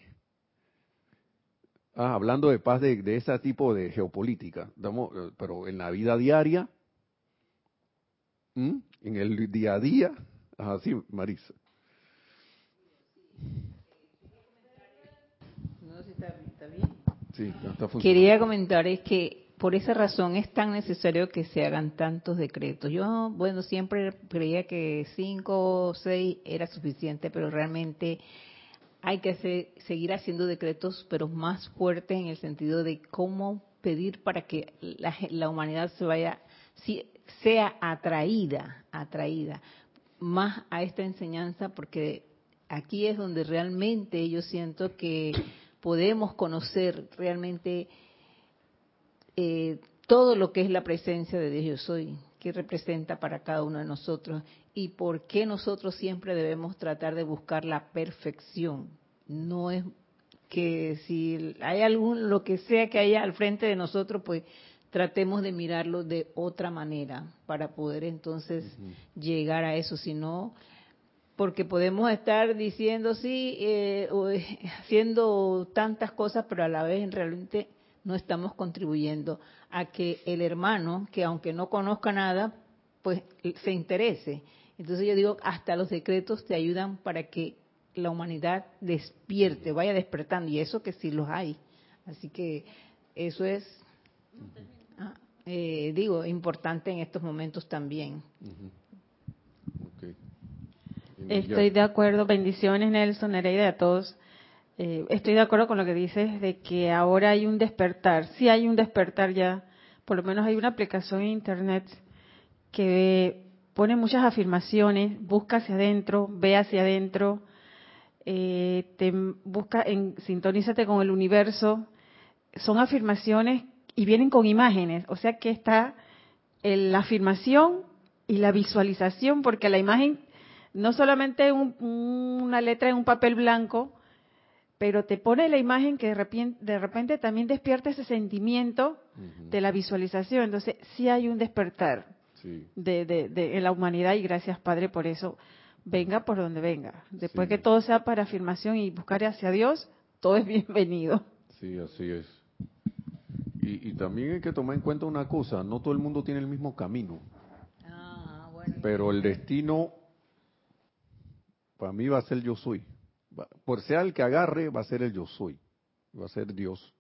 [SPEAKER 1] Hablando de paz de ese tipo de geopolítica, pero en la vida diaria, en el día a día, así, Marisa.
[SPEAKER 3] No sé si está bien.
[SPEAKER 1] Sí, está funcionando.
[SPEAKER 3] Quería comentar es que por esa razón es tan necesario que se hagan tantos decretos. Yo, bueno, siempre creía que 5 o 6 era suficiente, pero realmente hay que seguir haciendo decretos, pero más fuertes en el sentido de cómo pedir para que la humanidad sea atraída más a esta enseñanza, porque aquí es donde realmente yo siento que podemos conocer realmente todo lo que es la presencia de Dios Yo Soy, que representa para cada uno de nosotros y por qué nosotros siempre debemos tratar de buscar la perfección. No es que si hay lo que sea que haya al frente de nosotros, pues tratemos de mirarlo de otra manera para poder entonces llegar a eso, sino porque podemos estar diciendo sí, haciendo tantas cosas, pero a la vez realmente no estamos contribuyendo a que el hermano, que aunque no conozca nada, pues se interese. Entonces yo digo, hasta los decretos te ayudan para que la humanidad despierte, vaya despertando, y eso que sí los hay. Así que eso es, digo, importante en estos momentos también.
[SPEAKER 1] Okay.
[SPEAKER 4] Estoy de acuerdo, bendiciones Nelson, Nereida, a todos. Estoy de acuerdo con lo que dices de que ahora hay un despertar, sí hay un despertar ya, por lo menos hay una aplicación en internet que pone muchas afirmaciones, busca hacia adentro, ve hacia adentro, te busca, sintonízate con el universo, son afirmaciones y vienen con imágenes, o sea que está la afirmación y la visualización, porque la imagen no solamente una letra en un papel blanco, pero te pone la imagen que de repente también despierta ese sentimiento de la visualización. Entonces sí hay un despertar en la humanidad, y gracias Padre por eso. Venga por donde venga. Después que todo sea para afirmación y buscar hacia Dios, todo es bienvenido.
[SPEAKER 1] Sí, así es. Y también hay que tomar en cuenta una cosa, no todo el mundo tiene el mismo camino.
[SPEAKER 3] Bueno.
[SPEAKER 1] Pero el destino, para mí va a ser yo soy. Por sea el que agarre, va a ser el yo soy. Va a ser Dios.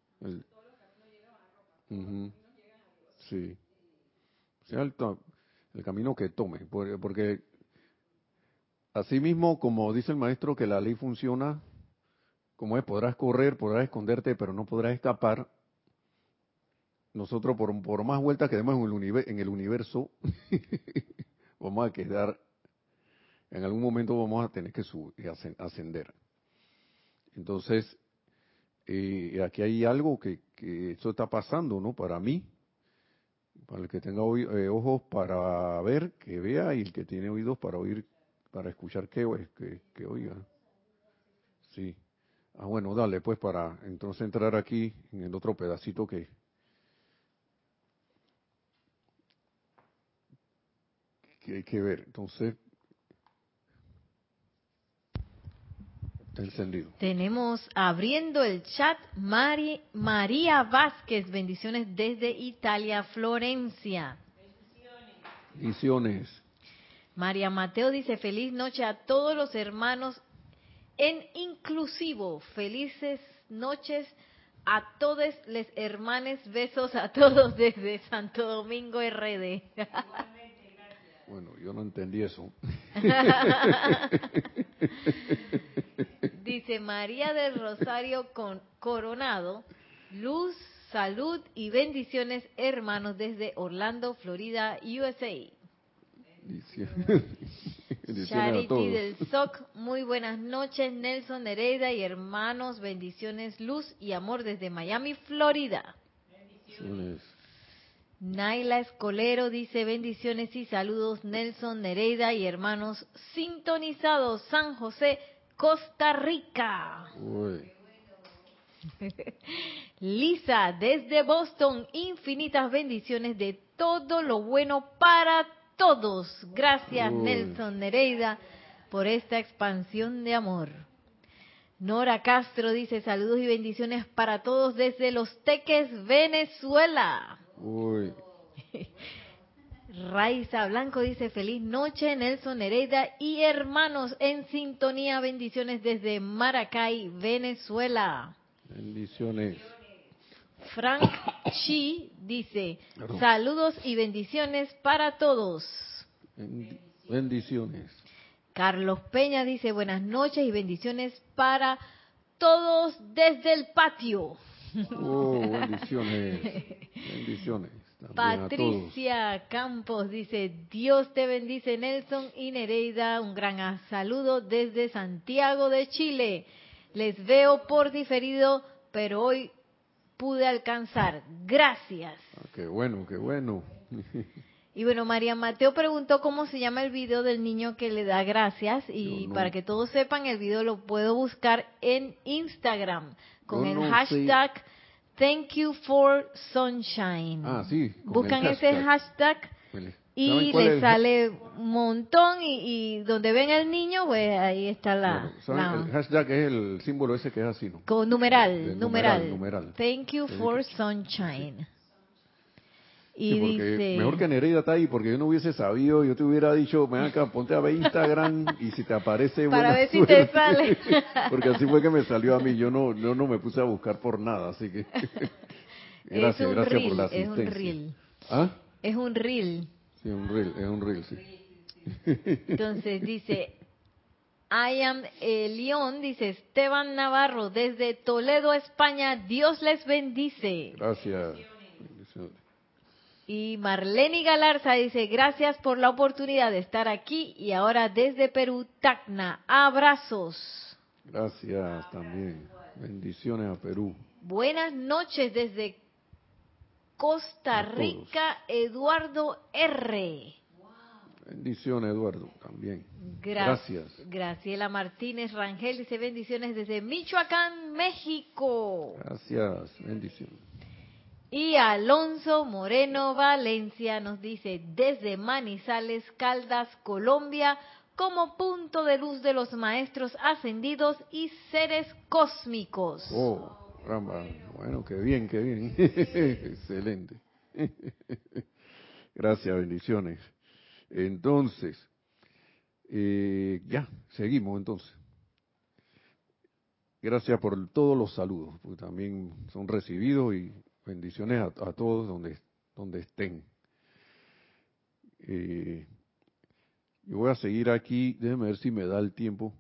[SPEAKER 1] Sí. Sea el camino que tome. Porque así mismo, como dice el maestro, que la ley funciona, como es, podrás correr, podrás esconderte, pero no podrás escapar. Nosotros, por más vueltas que demos en el universo, vamos a quedar, en algún momento vamos a tener que ascender. Entonces, aquí hay algo que esto está pasando, ¿no? Para mí, para el que tenga ojos para ver, que vea, y el que tiene oídos para oír, para escuchar, que oiga. Sí. Bueno, dale, pues, para entonces entrar aquí en el otro pedacito que hay que ver. Entonces, está encendido.
[SPEAKER 2] Tenemos abriendo el chat María Vázquez, bendiciones desde Italia, Florencia.
[SPEAKER 1] Visiones.
[SPEAKER 2] María Mateo dice, feliz noche a todos los hermanos en inclusivo, felices noches a todos les hermanes, besos a todos desde Santo Domingo RD.
[SPEAKER 1] Bueno, yo no entendí eso.
[SPEAKER 2] Dice María del Rosario Coronado, luz, salud y bendiciones hermanos desde Orlando, Florida, USA.
[SPEAKER 1] Bendiciones a
[SPEAKER 2] Charity
[SPEAKER 1] todos.
[SPEAKER 2] del SOC, muy buenas noches Nelson, Nereida y hermanos, bendiciones, luz y amor desde Miami, Florida.
[SPEAKER 1] Bendiciones.
[SPEAKER 2] Naila Escolero dice bendiciones y saludos Nelson, Nereida y hermanos sintonizados San José, Costa Rica.
[SPEAKER 1] Uy.
[SPEAKER 2] Lisa desde Boston, infinitas bendiciones de todo lo bueno para todos. Gracias Nelson, Nereida por esta expansión de amor. Nora Castro dice saludos y bendiciones para todos desde Los Teques, Venezuela.
[SPEAKER 1] Uy.
[SPEAKER 2] Raiza Blanco dice feliz noche Nelson, Nereida y hermanos en sintonía, bendiciones desde Maracay, Venezuela.
[SPEAKER 1] Bendiciones.
[SPEAKER 2] Frank Chi dice saludos y bendiciones para todos.
[SPEAKER 1] Bendiciones.
[SPEAKER 2] Carlos Peña dice buenas noches y bendiciones para todos desde el patio.
[SPEAKER 1] Bendiciones. Bendiciones.
[SPEAKER 2] Patricia Campos dice, Dios te bendice Nelson y Nereida, un gran saludo desde Santiago de Chile. Les veo por diferido, pero hoy pude alcanzar. Gracias.
[SPEAKER 1] Qué bueno, qué bueno.
[SPEAKER 2] Y bueno, María Mateo preguntó cómo se llama el video del niño que le da gracias, y para que todos sepan, el video lo puedo buscar en Instagram con el hashtag Thank You for Sunshine.
[SPEAKER 1] Sí.
[SPEAKER 2] Buscan ese hashtag y le sale un montón, y donde ven el niño, pues ahí está
[SPEAKER 1] el hashtag es el símbolo ese que es así, ¿no?
[SPEAKER 2] Con numeral.
[SPEAKER 1] Numeral.
[SPEAKER 2] Thank You for Sunshine. Y
[SPEAKER 1] sí, porque
[SPEAKER 2] dice,
[SPEAKER 1] mejor que Nereida está ahí, porque yo no hubiese sabido, yo te hubiera dicho, ven acá, ponte a ver Instagram y si te aparece
[SPEAKER 2] para
[SPEAKER 1] buena
[SPEAKER 2] ver si
[SPEAKER 1] suerte.
[SPEAKER 2] te sale.
[SPEAKER 1] Porque así fue que me salió a mí, yo no me puse a buscar por nada, así que
[SPEAKER 2] Es
[SPEAKER 1] gracias,
[SPEAKER 2] un
[SPEAKER 1] gracias por la
[SPEAKER 2] reel, es un
[SPEAKER 1] asistencia.
[SPEAKER 2] reel.
[SPEAKER 1] ¿Ah?
[SPEAKER 2] Es un reel.
[SPEAKER 1] Sí, es un reel, sí.
[SPEAKER 2] Entonces dice, I am León, dice Esteban Navarro, desde Toledo, España, Dios les bendice.
[SPEAKER 1] Gracias. Bendiciones.
[SPEAKER 2] Y Marlene Galarza dice, gracias por la oportunidad de estar aquí y ahora desde Perú, Tacna, abrazos.
[SPEAKER 1] Gracias también. Bendiciones a Perú.
[SPEAKER 2] Buenas noches desde Costa
[SPEAKER 1] A todos.
[SPEAKER 2] Rica, Eduardo R.
[SPEAKER 1] Bendiciones, Eduardo, también. Gracias.
[SPEAKER 2] Graciela Martínez Rangel dice bendiciones desde Michoacán, México.
[SPEAKER 1] Gracias, bendiciones.
[SPEAKER 2] Y Alonso Moreno Valencia nos dice desde Manizales, Caldas, Colombia, como punto de luz de los maestros ascendidos y seres cósmicos.
[SPEAKER 1] Oh, caramba. Bueno, qué bien, qué bien. Excelente. Gracias, bendiciones. Entonces, ya, seguimos entonces. Gracias por todos los saludos, porque también son recibidos y bendiciones a todos donde estén. Yo voy a seguir aquí, déjeme ver si me da el tiempo.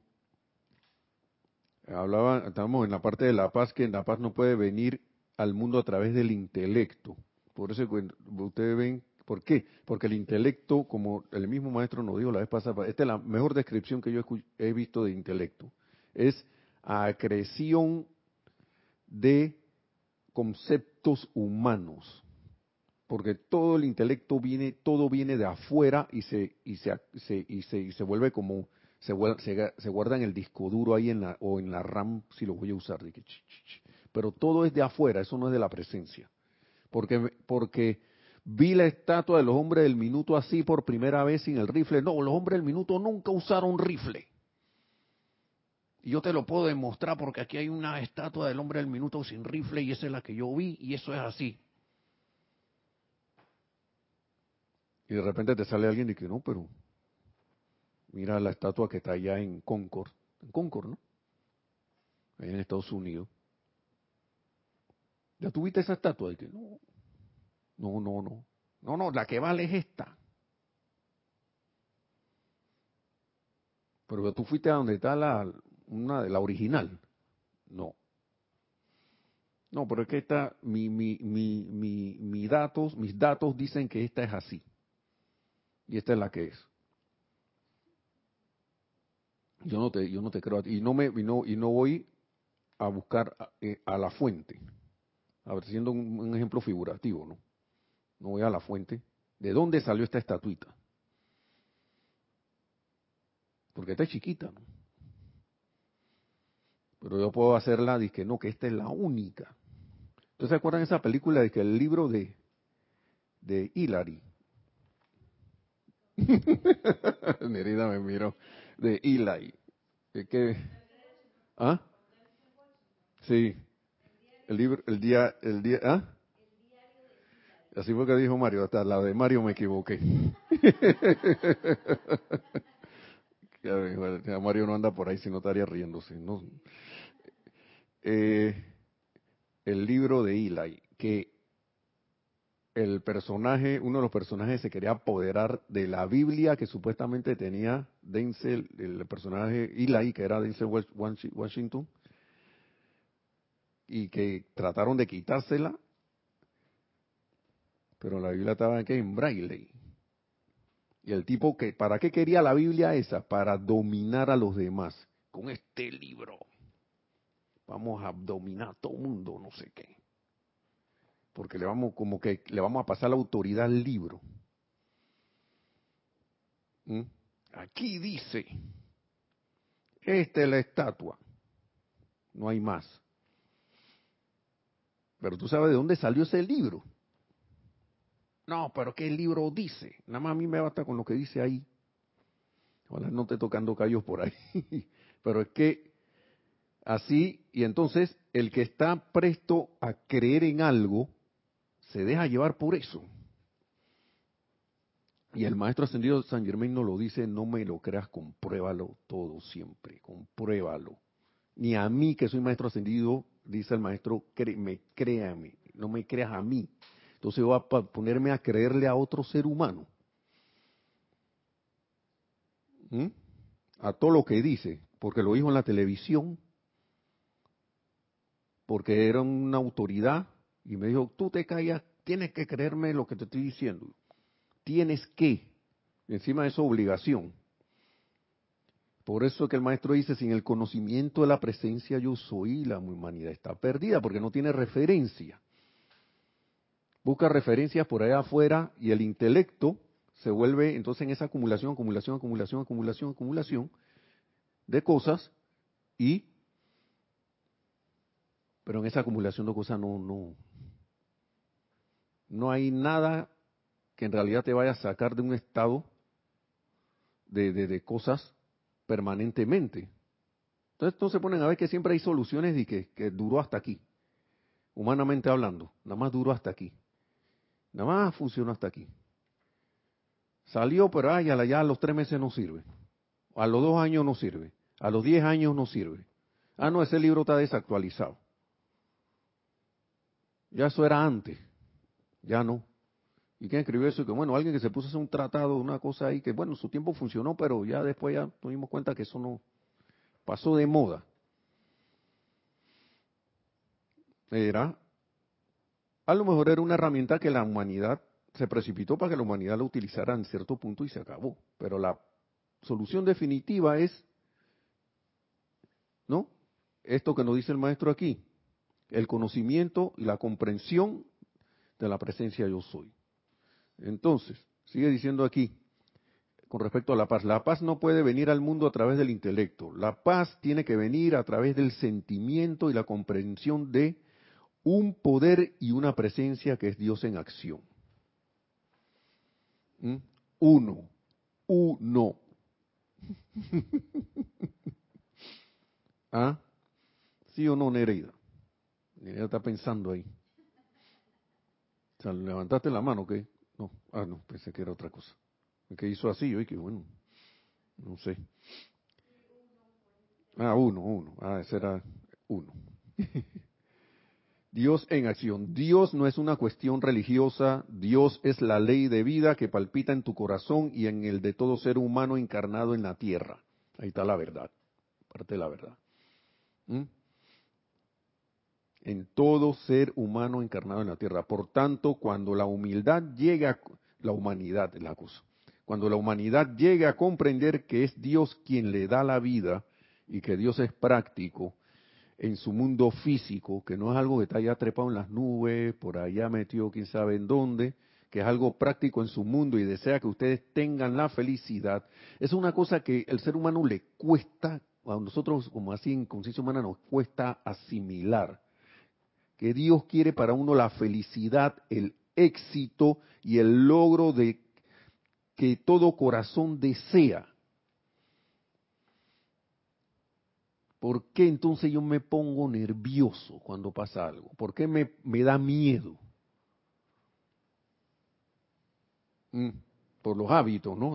[SPEAKER 1] Estamos en la parte de la paz, que en la paz no puede venir al mundo a través del intelecto. Por eso ustedes ven, ¿por qué? Porque el intelecto, como el mismo maestro nos dijo la vez pasada, esta es la mejor descripción que yo he visto de intelecto, es acreción de conceptos humanos, porque todo el intelecto todo viene de afuera y se vuelve como se guarda en el disco duro ahí o en la RAM, si lo voy a usar, pero todo es de afuera, eso no es de la presencia, porque vi la estatua de los hombres del minuto así por primera vez sin el rifle. No, los hombres del minuto nunca usaron rifle. Y yo te lo puedo demostrar porque aquí hay una estatua del hombre del minuto sin rifle y esa es la que yo vi y eso es así. Y de repente te sale alguien y que no, pero mira la estatua que está allá en Concord, ¿no? Ahí en Estados Unidos. ¿Ya tuviste esa estatua? Y que no, la que vale es esta. Pero tú fuiste a donde está una de la original. No, pero es que mis datos dicen que esta es así. Y esta es la que es. Yo no te creo a ti. Y no voy a buscar a la fuente. A ver, siendo un ejemplo figurativo, ¿no? No voy a la fuente. ¿De dónde salió esta estatuita? Porque esta es chiquita, ¿no? Pero yo puedo hacerla, dije, no, que esta es la única. ¿Ustedes se acuerdan de esa película de que el libro de Hilary? Nerida me miró. De Eli. ¿Ah? Sí. ¿ah? Así fue que dijo Mario, hasta la de Mario me equivoqué. Ya Mario no anda por ahí, si no estaría riéndose. ¿No? El libro de Eli, que uno de los personajes se quería apoderar de la Biblia que supuestamente tenía Denzel, el personaje Eli, que era Denzel Washington, y que trataron de quitársela, pero la Biblia estaba aquí en braille. Y el tipo ¿para qué quería la Biblia esa? Para dominar a los demás. Con este libro vamos a dominar a todo el mundo, no sé qué. Porque le vamos a pasar la autoridad al libro. ¿Mm? Aquí dice, esta es la estatua, no hay más. Pero tú sabes de dónde salió ese libro. No, pero ¿qué el libro dice? Nada más a mí me basta con lo que dice ahí. Ojalá no esté tocando callos por ahí. Pero es que así, y entonces el que está presto a creer en algo, se deja llevar por eso. Y el maestro ascendido San Germain nos lo dice, no me lo creas, compruébalo todo siempre, compruébalo. Ni a mí, que soy maestro ascendido, dice el maestro, créame, no me creas a mí. Entonces voy a ponerme a creerle a otro ser humano. ¿Mm? A todo lo que dice, porque lo dijo en la televisión, porque era una autoridad, y me dijo, tú te callas, tienes que creerme lo que te estoy diciendo. Tienes que, encima de eso obligación. Por eso es que el maestro dice, sin el conocimiento de la presencia yo soy, la humanidad está perdida, porque no tiene referencia. Busca referencias por allá afuera y el intelecto se vuelve entonces en esa acumulación de cosas, pero en esa acumulación de cosas no hay nada que en realidad te vaya a sacar de un estado de cosas permanentemente. Entonces se ponen a ver que siempre hay soluciones y que duró hasta aquí, humanamente hablando, nada más duró hasta aquí, nada más funcionó hasta aquí. Salió, pero ya a los 3 meses no sirve, a los 2 años no sirve, a los 10 años no sirve. No, ese libro está desactualizado. Ya eso era antes, ya no. ¿Y quién escribió eso? Que bueno, alguien que se puso a hacer un tratado, una cosa ahí, que bueno, su tiempo funcionó, pero ya después ya nos dimos cuenta que eso no pasó de moda. A lo mejor era una herramienta que la humanidad se precipitó para que la humanidad la utilizara en cierto punto y se acabó. Pero la solución definitiva es, ¿no? Esto que nos dice el maestro aquí, el conocimiento y la comprensión de la presencia yo soy. Entonces, sigue diciendo aquí, con respecto a la paz no puede venir al mundo a través del intelecto. La paz tiene que venir a través del sentimiento y la comprensión de un poder y una presencia que es Dios en acción. ¿Mm? Uno. ¿Ah? ¿Sí o no, Nereida? Nereida está pensando ahí. O sea, ¿levantaste la mano o qué? No. No, pensé que era otra cosa. Que hizo así, oye, que bueno, no sé. Uno. Ese era uno. Dios en acción. Dios no es una cuestión religiosa, Dios es la ley de vida que palpita en tu corazón y en el de todo ser humano encarnado en la tierra. Ahí está la verdad, parte de la verdad. ¿Mm? En todo ser humano encarnado en la tierra. Por tanto, cuando la humildad llega, la humanidad es la cosa, cuando la humanidad llega a comprender que es Dios quien le da la vida y que Dios es práctico, en su mundo físico, que no es algo que está allá trepado en las nubes, por allá metido quién sabe en dónde, que es algo práctico en su mundo y desea que ustedes tengan la felicidad, es una cosa que el ser humano le cuesta, a nosotros como así en conciencia humana nos cuesta asimilar, que Dios quiere para uno la felicidad, el éxito y el logro de que todo corazón desea. ¿Por qué entonces yo me pongo nervioso cuando pasa algo? ¿Por qué me da miedo? Por los hábitos, ¿no?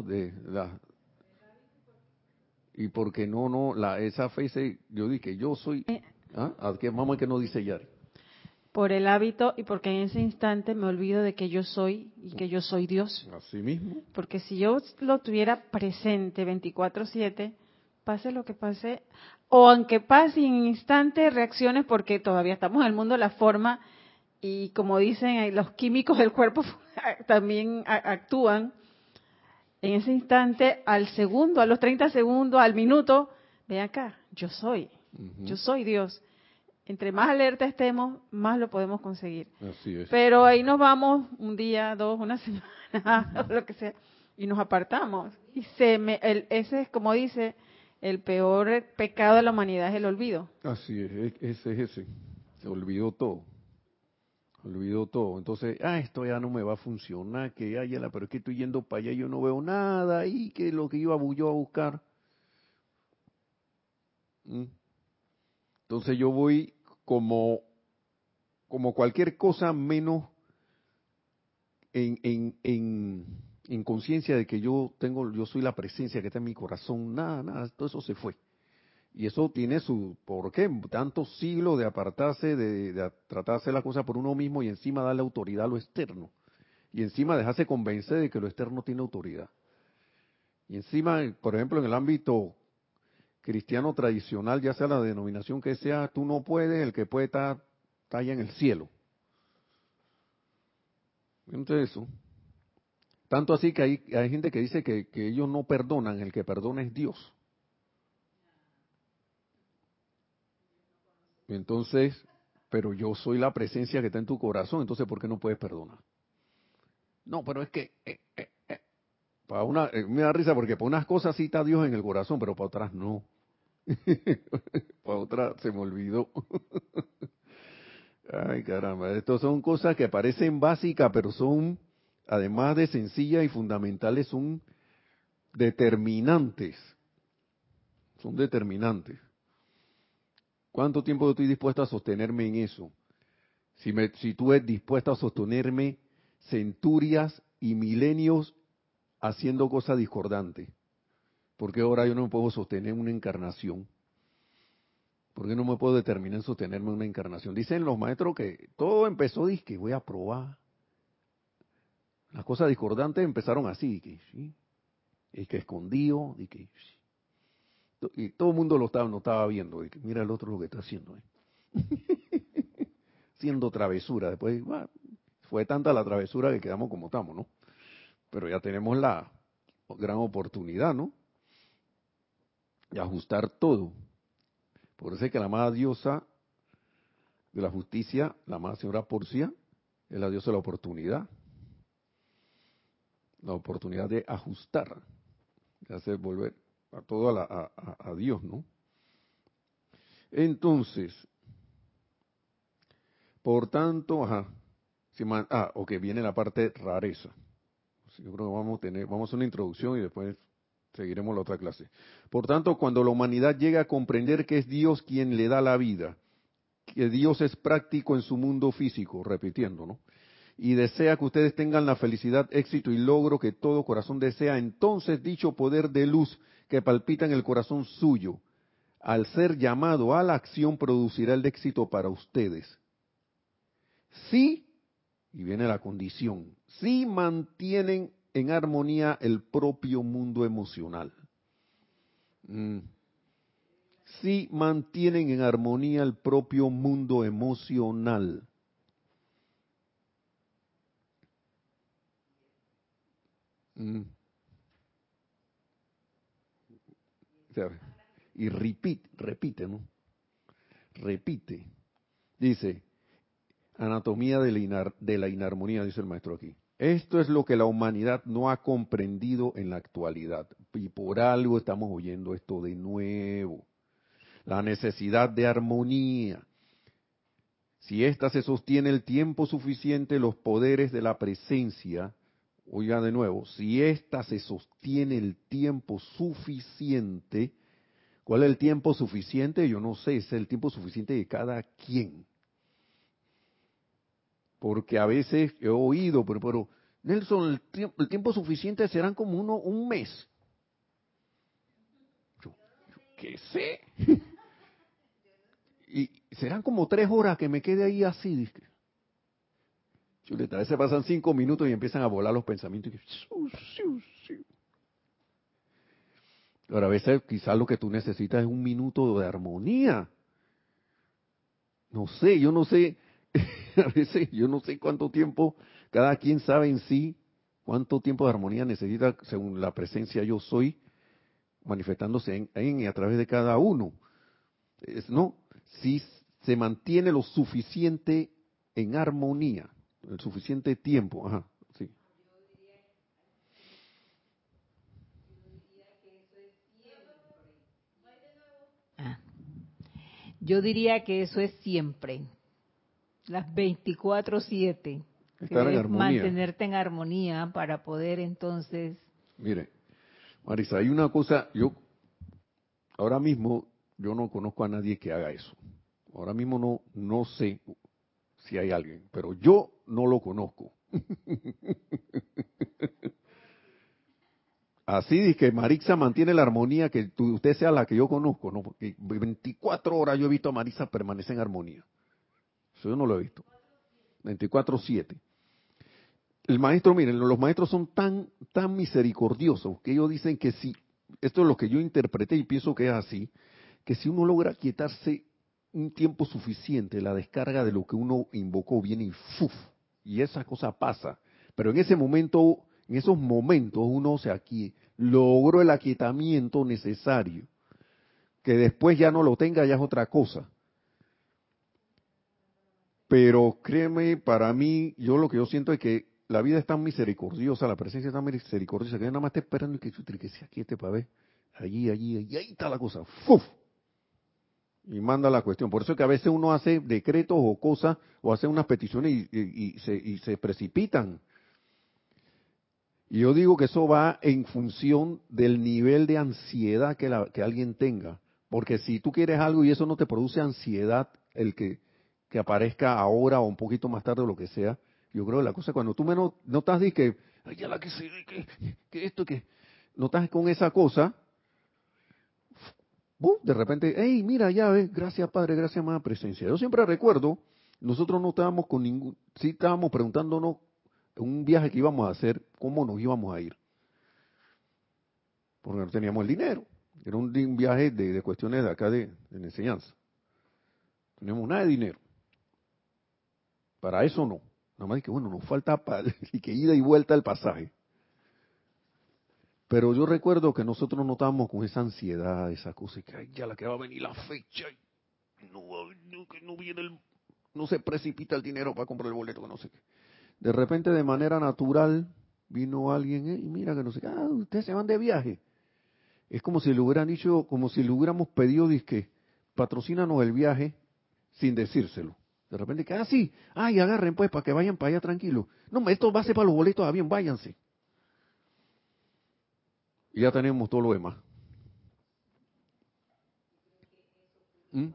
[SPEAKER 1] Y porque esa fe, yo dije, yo soy, ¿qué mamá que no dice Yari?
[SPEAKER 4] Por el hábito y porque en ese instante me olvido de que yo soy y que yo soy Dios.
[SPEAKER 1] Así mismo.
[SPEAKER 4] Porque si yo lo tuviera presente 24/7, pase lo que pase, o aunque pase en instante reacciones, porque todavía estamos en el mundo de la forma y como dicen, los químicos del cuerpo también actúan. En ese instante, al segundo, a los 30 segundos, al minuto, ven acá, yo soy Dios. Entre más alerta estemos, más lo podemos conseguir.
[SPEAKER 1] Así es.
[SPEAKER 4] Pero ahí nos vamos un día, 2, una semana, lo que sea, y nos apartamos. Y ese es, como dice, el peor pecado de la humanidad es el olvido.
[SPEAKER 1] Así es, ese. Se olvidó todo. Olvidó todo. Entonces, esto ya no me va a funcionar, pero es que estoy yendo para allá y yo no veo nada ahí, que lo que iba yo a buscar. Entonces yo voy como cualquier cosa menos en inconsciencia de que yo soy la presencia que está en mi corazón, nada, todo eso se fue. Y eso tiene su, ¿por qué? Tantos siglos de apartarse, de tratar de hacer la cosa por uno mismo y encima darle autoridad a lo externo. Y encima dejarse convencer de que lo externo tiene autoridad. Y encima, por ejemplo, en el ámbito cristiano tradicional, ya sea la denominación que sea, tú no puedes, el que puede está allá en el cielo. Entonces eso. Tanto así que hay gente que dice que ellos no perdonan, el que perdona es Dios. Entonces, pero yo soy la presencia que está en tu corazón, entonces ¿por qué no puedes perdonar? No, pero es que para me da risa porque para unas cosas sí está Dios en el corazón, pero para otras no. Para otras se me olvidó. Ay, caramba, estas son cosas que parecen básicas, pero son, además de sencillas y fundamentales, son determinantes. Son determinantes. ¿Cuánto tiempo yo estoy dispuesto a sostenerme en eso? Si tú eres dispuesto a sostenerme centurias y milenios haciendo cosas discordantes, ¿por qué ahora yo no me puedo sostener una encarnación? ¿Por qué no me puedo determinar en sostenerme en una encarnación? Dicen los maestros que todo empezó, que voy a probar. Las cosas discordantes empezaron así, que sí, y que escondido, y todo el mundo no estaba viendo, y que mira el otro lo que está haciendo, haciendo travesura. Después, fue tanta la travesura que quedamos como estamos, ¿no? Pero ya tenemos la gran oportunidad, ¿no? De ajustar todo. Por eso es que la amada diosa de la justicia, la amada señora Porcia, es la diosa de la oportunidad de ajustar, de hacer volver a todo a Dios, ¿no? Entonces, por tanto, ok, viene la parte rareza. Yo creo que vamos a hacer una introducción y después seguiremos la otra clase. Por tanto, cuando la humanidad llega a comprender que es Dios quien le da la vida, que Dios es práctico en su mundo físico, repitiendo, ¿no? Y desea que ustedes tengan la felicidad, éxito y logro que todo corazón desea, entonces dicho poder de luz que palpita en el corazón suyo, al ser llamado a la acción, producirá el éxito para ustedes. Sí, y viene la condición, si mantienen en armonía el propio mundo emocional. Si mantienen en armonía el propio mundo emocional. O sea, y repite, ¿no? Repite. Dice, anatomía de la inarmonía, dice el maestro aquí. Esto es lo que la humanidad no ha comprendido en la actualidad. Y por algo estamos oyendo esto de nuevo. La necesidad de armonía. Si ésta se sostiene el tiempo suficiente, los poderes de la presencia, oiga de nuevo, si ésta se sostiene el tiempo suficiente, ¿cuál es el tiempo suficiente? Yo no sé, es el tiempo suficiente de cada quien. Porque a veces he oído, pero Nelson, el tiempo suficiente serán como un mes. Yo, ¿qué sé? Y serán como 3 horas que me quede ahí así. Chuleta, a veces pasan 5 minutos y empiezan a volar los pensamientos. Ahora, a veces quizás lo que tú necesitas es un minuto de armonía. No sé, yo no sé. A veces yo no sé cuánto tiempo, cada quien sabe en sí cuánto tiempo de armonía necesita según la presencia yo soy manifestándose en y a través de cada uno. No, si se mantiene lo suficiente en armonía, el suficiente tiempo, sí.
[SPEAKER 3] Yo diría que eso es siempre, las 24/7, que
[SPEAKER 1] Estar en
[SPEAKER 3] debes
[SPEAKER 1] armonía.
[SPEAKER 3] mantenerte en armonía para poder entonces...
[SPEAKER 1] Mire, Marisa, hay una cosa, ahora mismo yo no conozco a nadie que haga eso. Ahora mismo no sé si hay alguien, pero yo no lo conozco. así dice que Marixa mantiene la armonía, que usted sea la que yo conozco, ¿no? Porque 24 horas yo he visto a Marixa permanecer en armonía. Eso yo no lo he visto. 24/7. El maestro, miren, los maestros son tan misericordiosos que ellos dicen que si, esto es lo que yo interpreté y pienso que es así, que si uno logra quietarse un tiempo suficiente, la descarga de lo que uno invocó viene y ¡fuf! Y esa cosa pasa. Pero en ese momento, en esos momentos uno logró el aquietamiento necesario. Que después ya no lo tenga, ya es otra cosa. Pero créeme, para mí, lo que yo siento es que la vida es tan misericordiosa, la presencia es tan misericordiosa, que yo nada más estoy esperando que se aquiete para ver. Allí, y ahí está la cosa. ¡Fuf! Y manda la cuestión. Por eso es que a veces uno hace decretos o cosas, o hace unas peticiones y se precipitan. Y yo digo que eso va en función del nivel de ansiedad que alguien tenga. Porque si tú quieres algo y eso no te produce ansiedad, el que aparezca ahora o un poquito más tarde o lo que sea, yo creo que la cosa, cuando tú menos no estás de que, ay, ya la que sé, que esto, que no estás con esa cosa, de repente, hey, mira, ya ves, gracias Padre, gracias Amada Presencia. Yo siempre recuerdo, nosotros no estábamos con ningún, sí estábamos preguntándonos en un viaje que íbamos a hacer, cómo nos íbamos a ir. Porque no teníamos el dinero. Era un viaje de cuestiones de acá de enseñanza. No teníamos nada de dinero. Para eso no. Nada más que, bueno, nos falta y que ida y vuelta el pasaje. Pero yo recuerdo que nosotros no estábamos con esa ansiedad, esa cosa, que ay, ya la que va a venir la fecha, y que no viene no se precipita el dinero para comprar el boleto, que no sé qué. De repente, de manera natural, vino alguien, y mira que no sé qué, ustedes se van de viaje. Es como si le hubieran dicho, como si le hubiéramos pedido, dizque, patrocínanos el viaje, sin decírselo. De repente, que, sí, y agarren pues, para que vayan para allá tranquilos. No, esto va a ser para los boletos, bien, váyanse. Y ya tenemos todo lo demás. ¿Mm?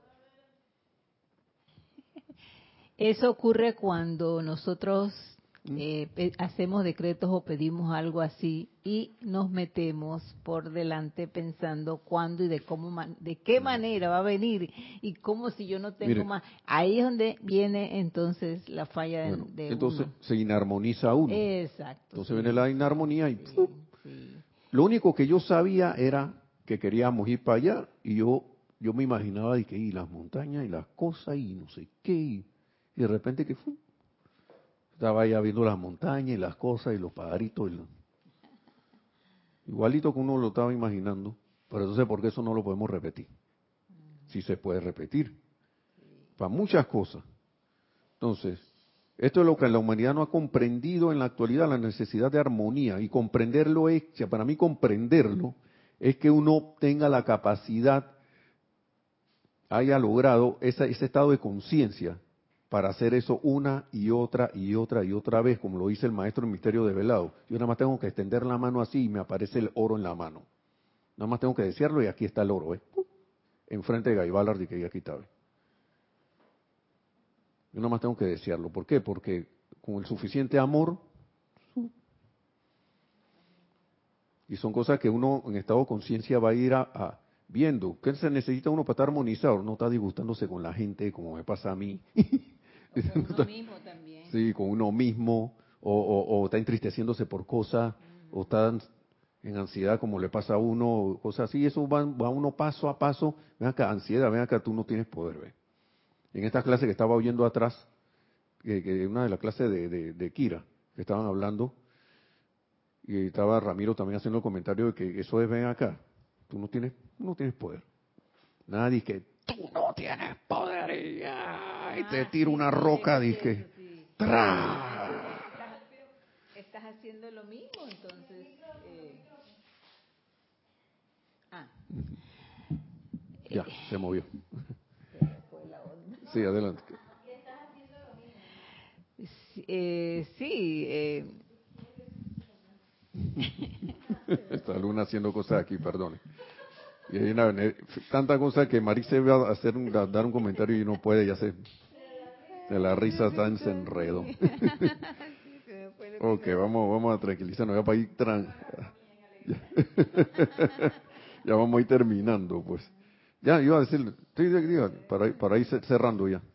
[SPEAKER 3] Eso ocurre cuando nosotros hacemos decretos o pedimos algo así y nos metemos por delante pensando cuándo y de qué manera va a venir y cómo si yo no tengo
[SPEAKER 1] Mire,
[SPEAKER 3] más. Ahí es donde viene entonces la falla de
[SPEAKER 1] entonces
[SPEAKER 3] uno.
[SPEAKER 1] se inarmoniza uno.
[SPEAKER 3] Exacto.
[SPEAKER 1] Entonces viene la inarmonía y
[SPEAKER 3] sí.
[SPEAKER 1] Lo único que yo sabía era que queríamos ir para allá y yo me imaginaba de que y las montañas y las cosas y no sé qué y de repente que fue. Estaba allá viendo las montañas y las cosas y los pajaritos. Igualito que uno lo estaba imaginando. Pero entonces, ¿por qué eso no lo podemos repetir? Sí se puede repetir. Para muchas cosas. Entonces, esto es lo que la humanidad no ha comprendido en la actualidad, la necesidad de armonía. Y comprenderlo para mí comprenderlo, es que uno tenga la capacidad, haya logrado ese estado de conciencia para hacer eso una y otra y otra y otra vez, como lo dice el maestro en Misterio Develado. Yo nada más tengo que extender la mano así y me aparece el oro en la mano. Nada más tengo que desearlo y aquí está el oro, enfrente de Gaibalar y que ya aquí está. Yo nada más tengo que desearlo. ¿Por qué? Porque con el suficiente amor, y son cosas que uno en estado de conciencia va a ir viendo. ¿Qué se necesita uno para estar armonizado? No está disgustándose con la gente como me pasa a mí.
[SPEAKER 3] Con uno mismo también.
[SPEAKER 1] Sí, con uno mismo, o está entristeciéndose por cosas, o está en ansiedad como le pasa a uno, cosas así. Eso va uno paso a paso. Ven acá, ansiedad, ven acá, tú no tienes poder, ¿ves? En esta clase que estaba oyendo atrás, que una de las clases de Kira, que estaban hablando, y estaba Ramiro también haciendo el comentario de que eso es, ven acá, tú no tienes poder. Nadie que tú no tienes poder y te tira una roca, dice, ¡tra!
[SPEAKER 3] Estás haciendo lo mismo, entonces.
[SPEAKER 1] Ya, se movió. Sí, adelante.
[SPEAKER 3] Sí.
[SPEAKER 1] Está Luna haciendo cosas aquí, perdone. Y hay tanta cosa que Marisa iba a dar un comentario y no puede, ya se la risa está en enredo. Ok, vamos a tranquilizarnos, ya para ir Ya vamos a ir terminando, pues. Ya, iba a decir, para ir cerrando ya.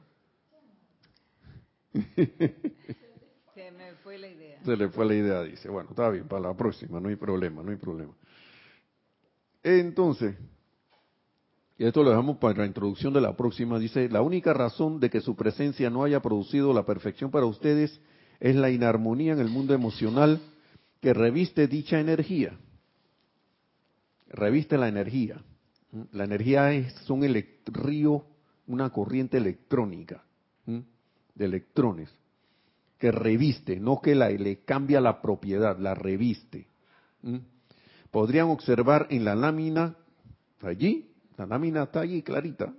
[SPEAKER 3] Se me fue la idea.
[SPEAKER 1] Se le fue la idea, dice. Bueno, está bien, para la próxima, no hay problema, no hay problema. Entonces, y esto lo dejamos para la introducción de la próxima, dice, la única razón de que su presencia no haya producido la perfección para ustedes es la inarmonía en el mundo emocional que reviste dicha energía. Reviste la energía. La energía es un río, una corriente electrónica de electrones que reviste, no que le cambia la propiedad, la reviste. Podrían observar en la lámina, allí, la lámina está allí clarita,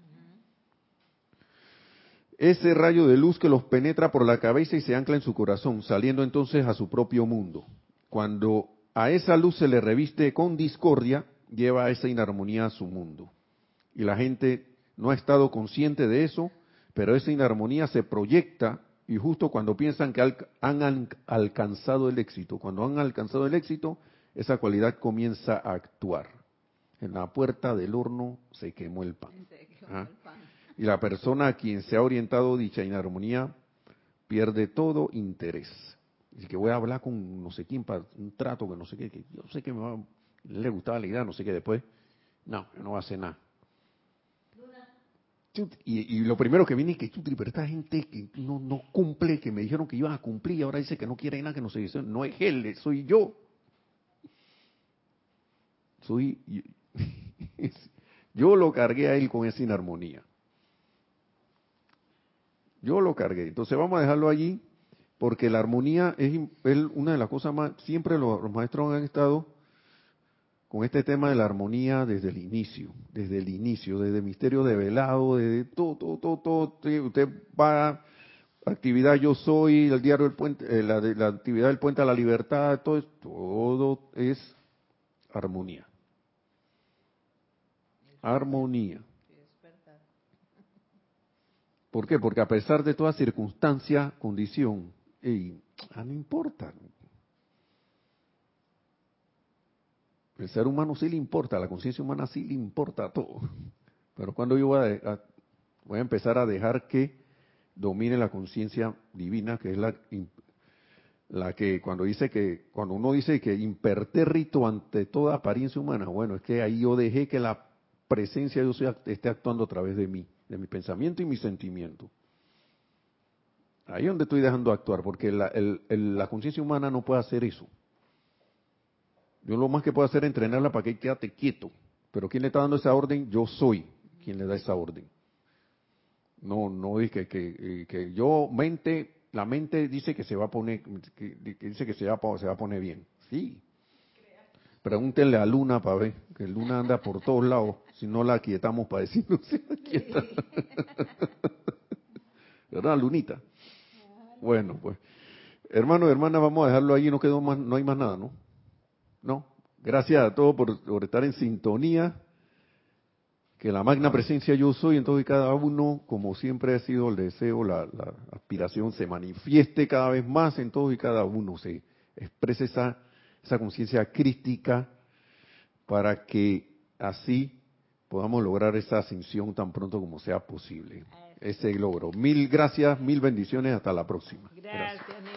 [SPEAKER 1] ese rayo de luz que los penetra por la cabeza y se ancla en su corazón, saliendo entonces a su propio mundo. Cuando a esa luz se le reviste con discordia, lleva esa inarmonía a su mundo. Y la gente no ha estado consciente de eso, pero esa inarmonía se proyecta y justo cuando piensan que han alcanzado el éxito, cuando han alcanzado el éxito, esa cualidad comienza a actuar. En la puerta del horno se quemó el pan. Y la persona a quien se ha orientado dicha inarmonía pierde todo interés. Dice que voy a hablar con no sé quién para un trato que no sé qué, que yo sé que le gustaba la idea, no sé qué, después, no va a hacer nada. Y lo primero que viene es que, pero esta gente que no cumple, que me dijeron que iban a cumplir y ahora dice que no quiere nada, que no se dice, no es él, soy yo. Yo lo cargué a él con esa inarmonía. Yo lo cargué. Entonces vamos a dejarlo allí, porque la armonía es una de las cosas más, siempre los maestros han estado con este tema de la armonía desde el inicio, desde el misterio develado, desde todo. Usted va a actividad Yo Soy, el diario del puente, la actividad del Puente a la Libertad, todo es armonía. Armonía. ¿Por qué? Porque a pesar de toda circunstancia, condición, no importa. El ser humano sí le importa, la conciencia humana sí le importa todo. Pero cuando yo voy a empezar a dejar que domine la conciencia divina, que es la que cuando uno dice que impertérrito ante toda apariencia humana, bueno, es que ahí yo dejé que la presencia de Dios esté actuando a través de mí, de mi pensamiento y mi sentimiento. Ahí es donde estoy dejando actuar, porque la conciencia humana no puede hacer eso. Yo lo más que puedo hacer es entrenarla para que quédate quieto. Pero ¿quién le está dando esa orden? Yo soy quien le da esa orden. No es que yo la mente dice que se va a poner, que dice que se va a poner bien. Sí. Pregúntenle a Luna para ver, que Luna anda por todos lados, si no la quietamos para decir no se quieta. ¿Verdad, Lunita? Bueno, pues, hermanos y hermanas, vamos a dejarlo ahí, no hay más nada, ¿no? No, gracias a todos por estar en sintonía. Que la magna presencia yo soy en todo y cada uno, como siempre ha sido el deseo, la aspiración, se manifieste cada vez más en todo y cada uno, se exprese esa conciencia crística para que así podamos lograr esa ascensión tan pronto como sea posible. Ese logro. Mil gracias, mil bendiciones, hasta la próxima.
[SPEAKER 3] Gracias.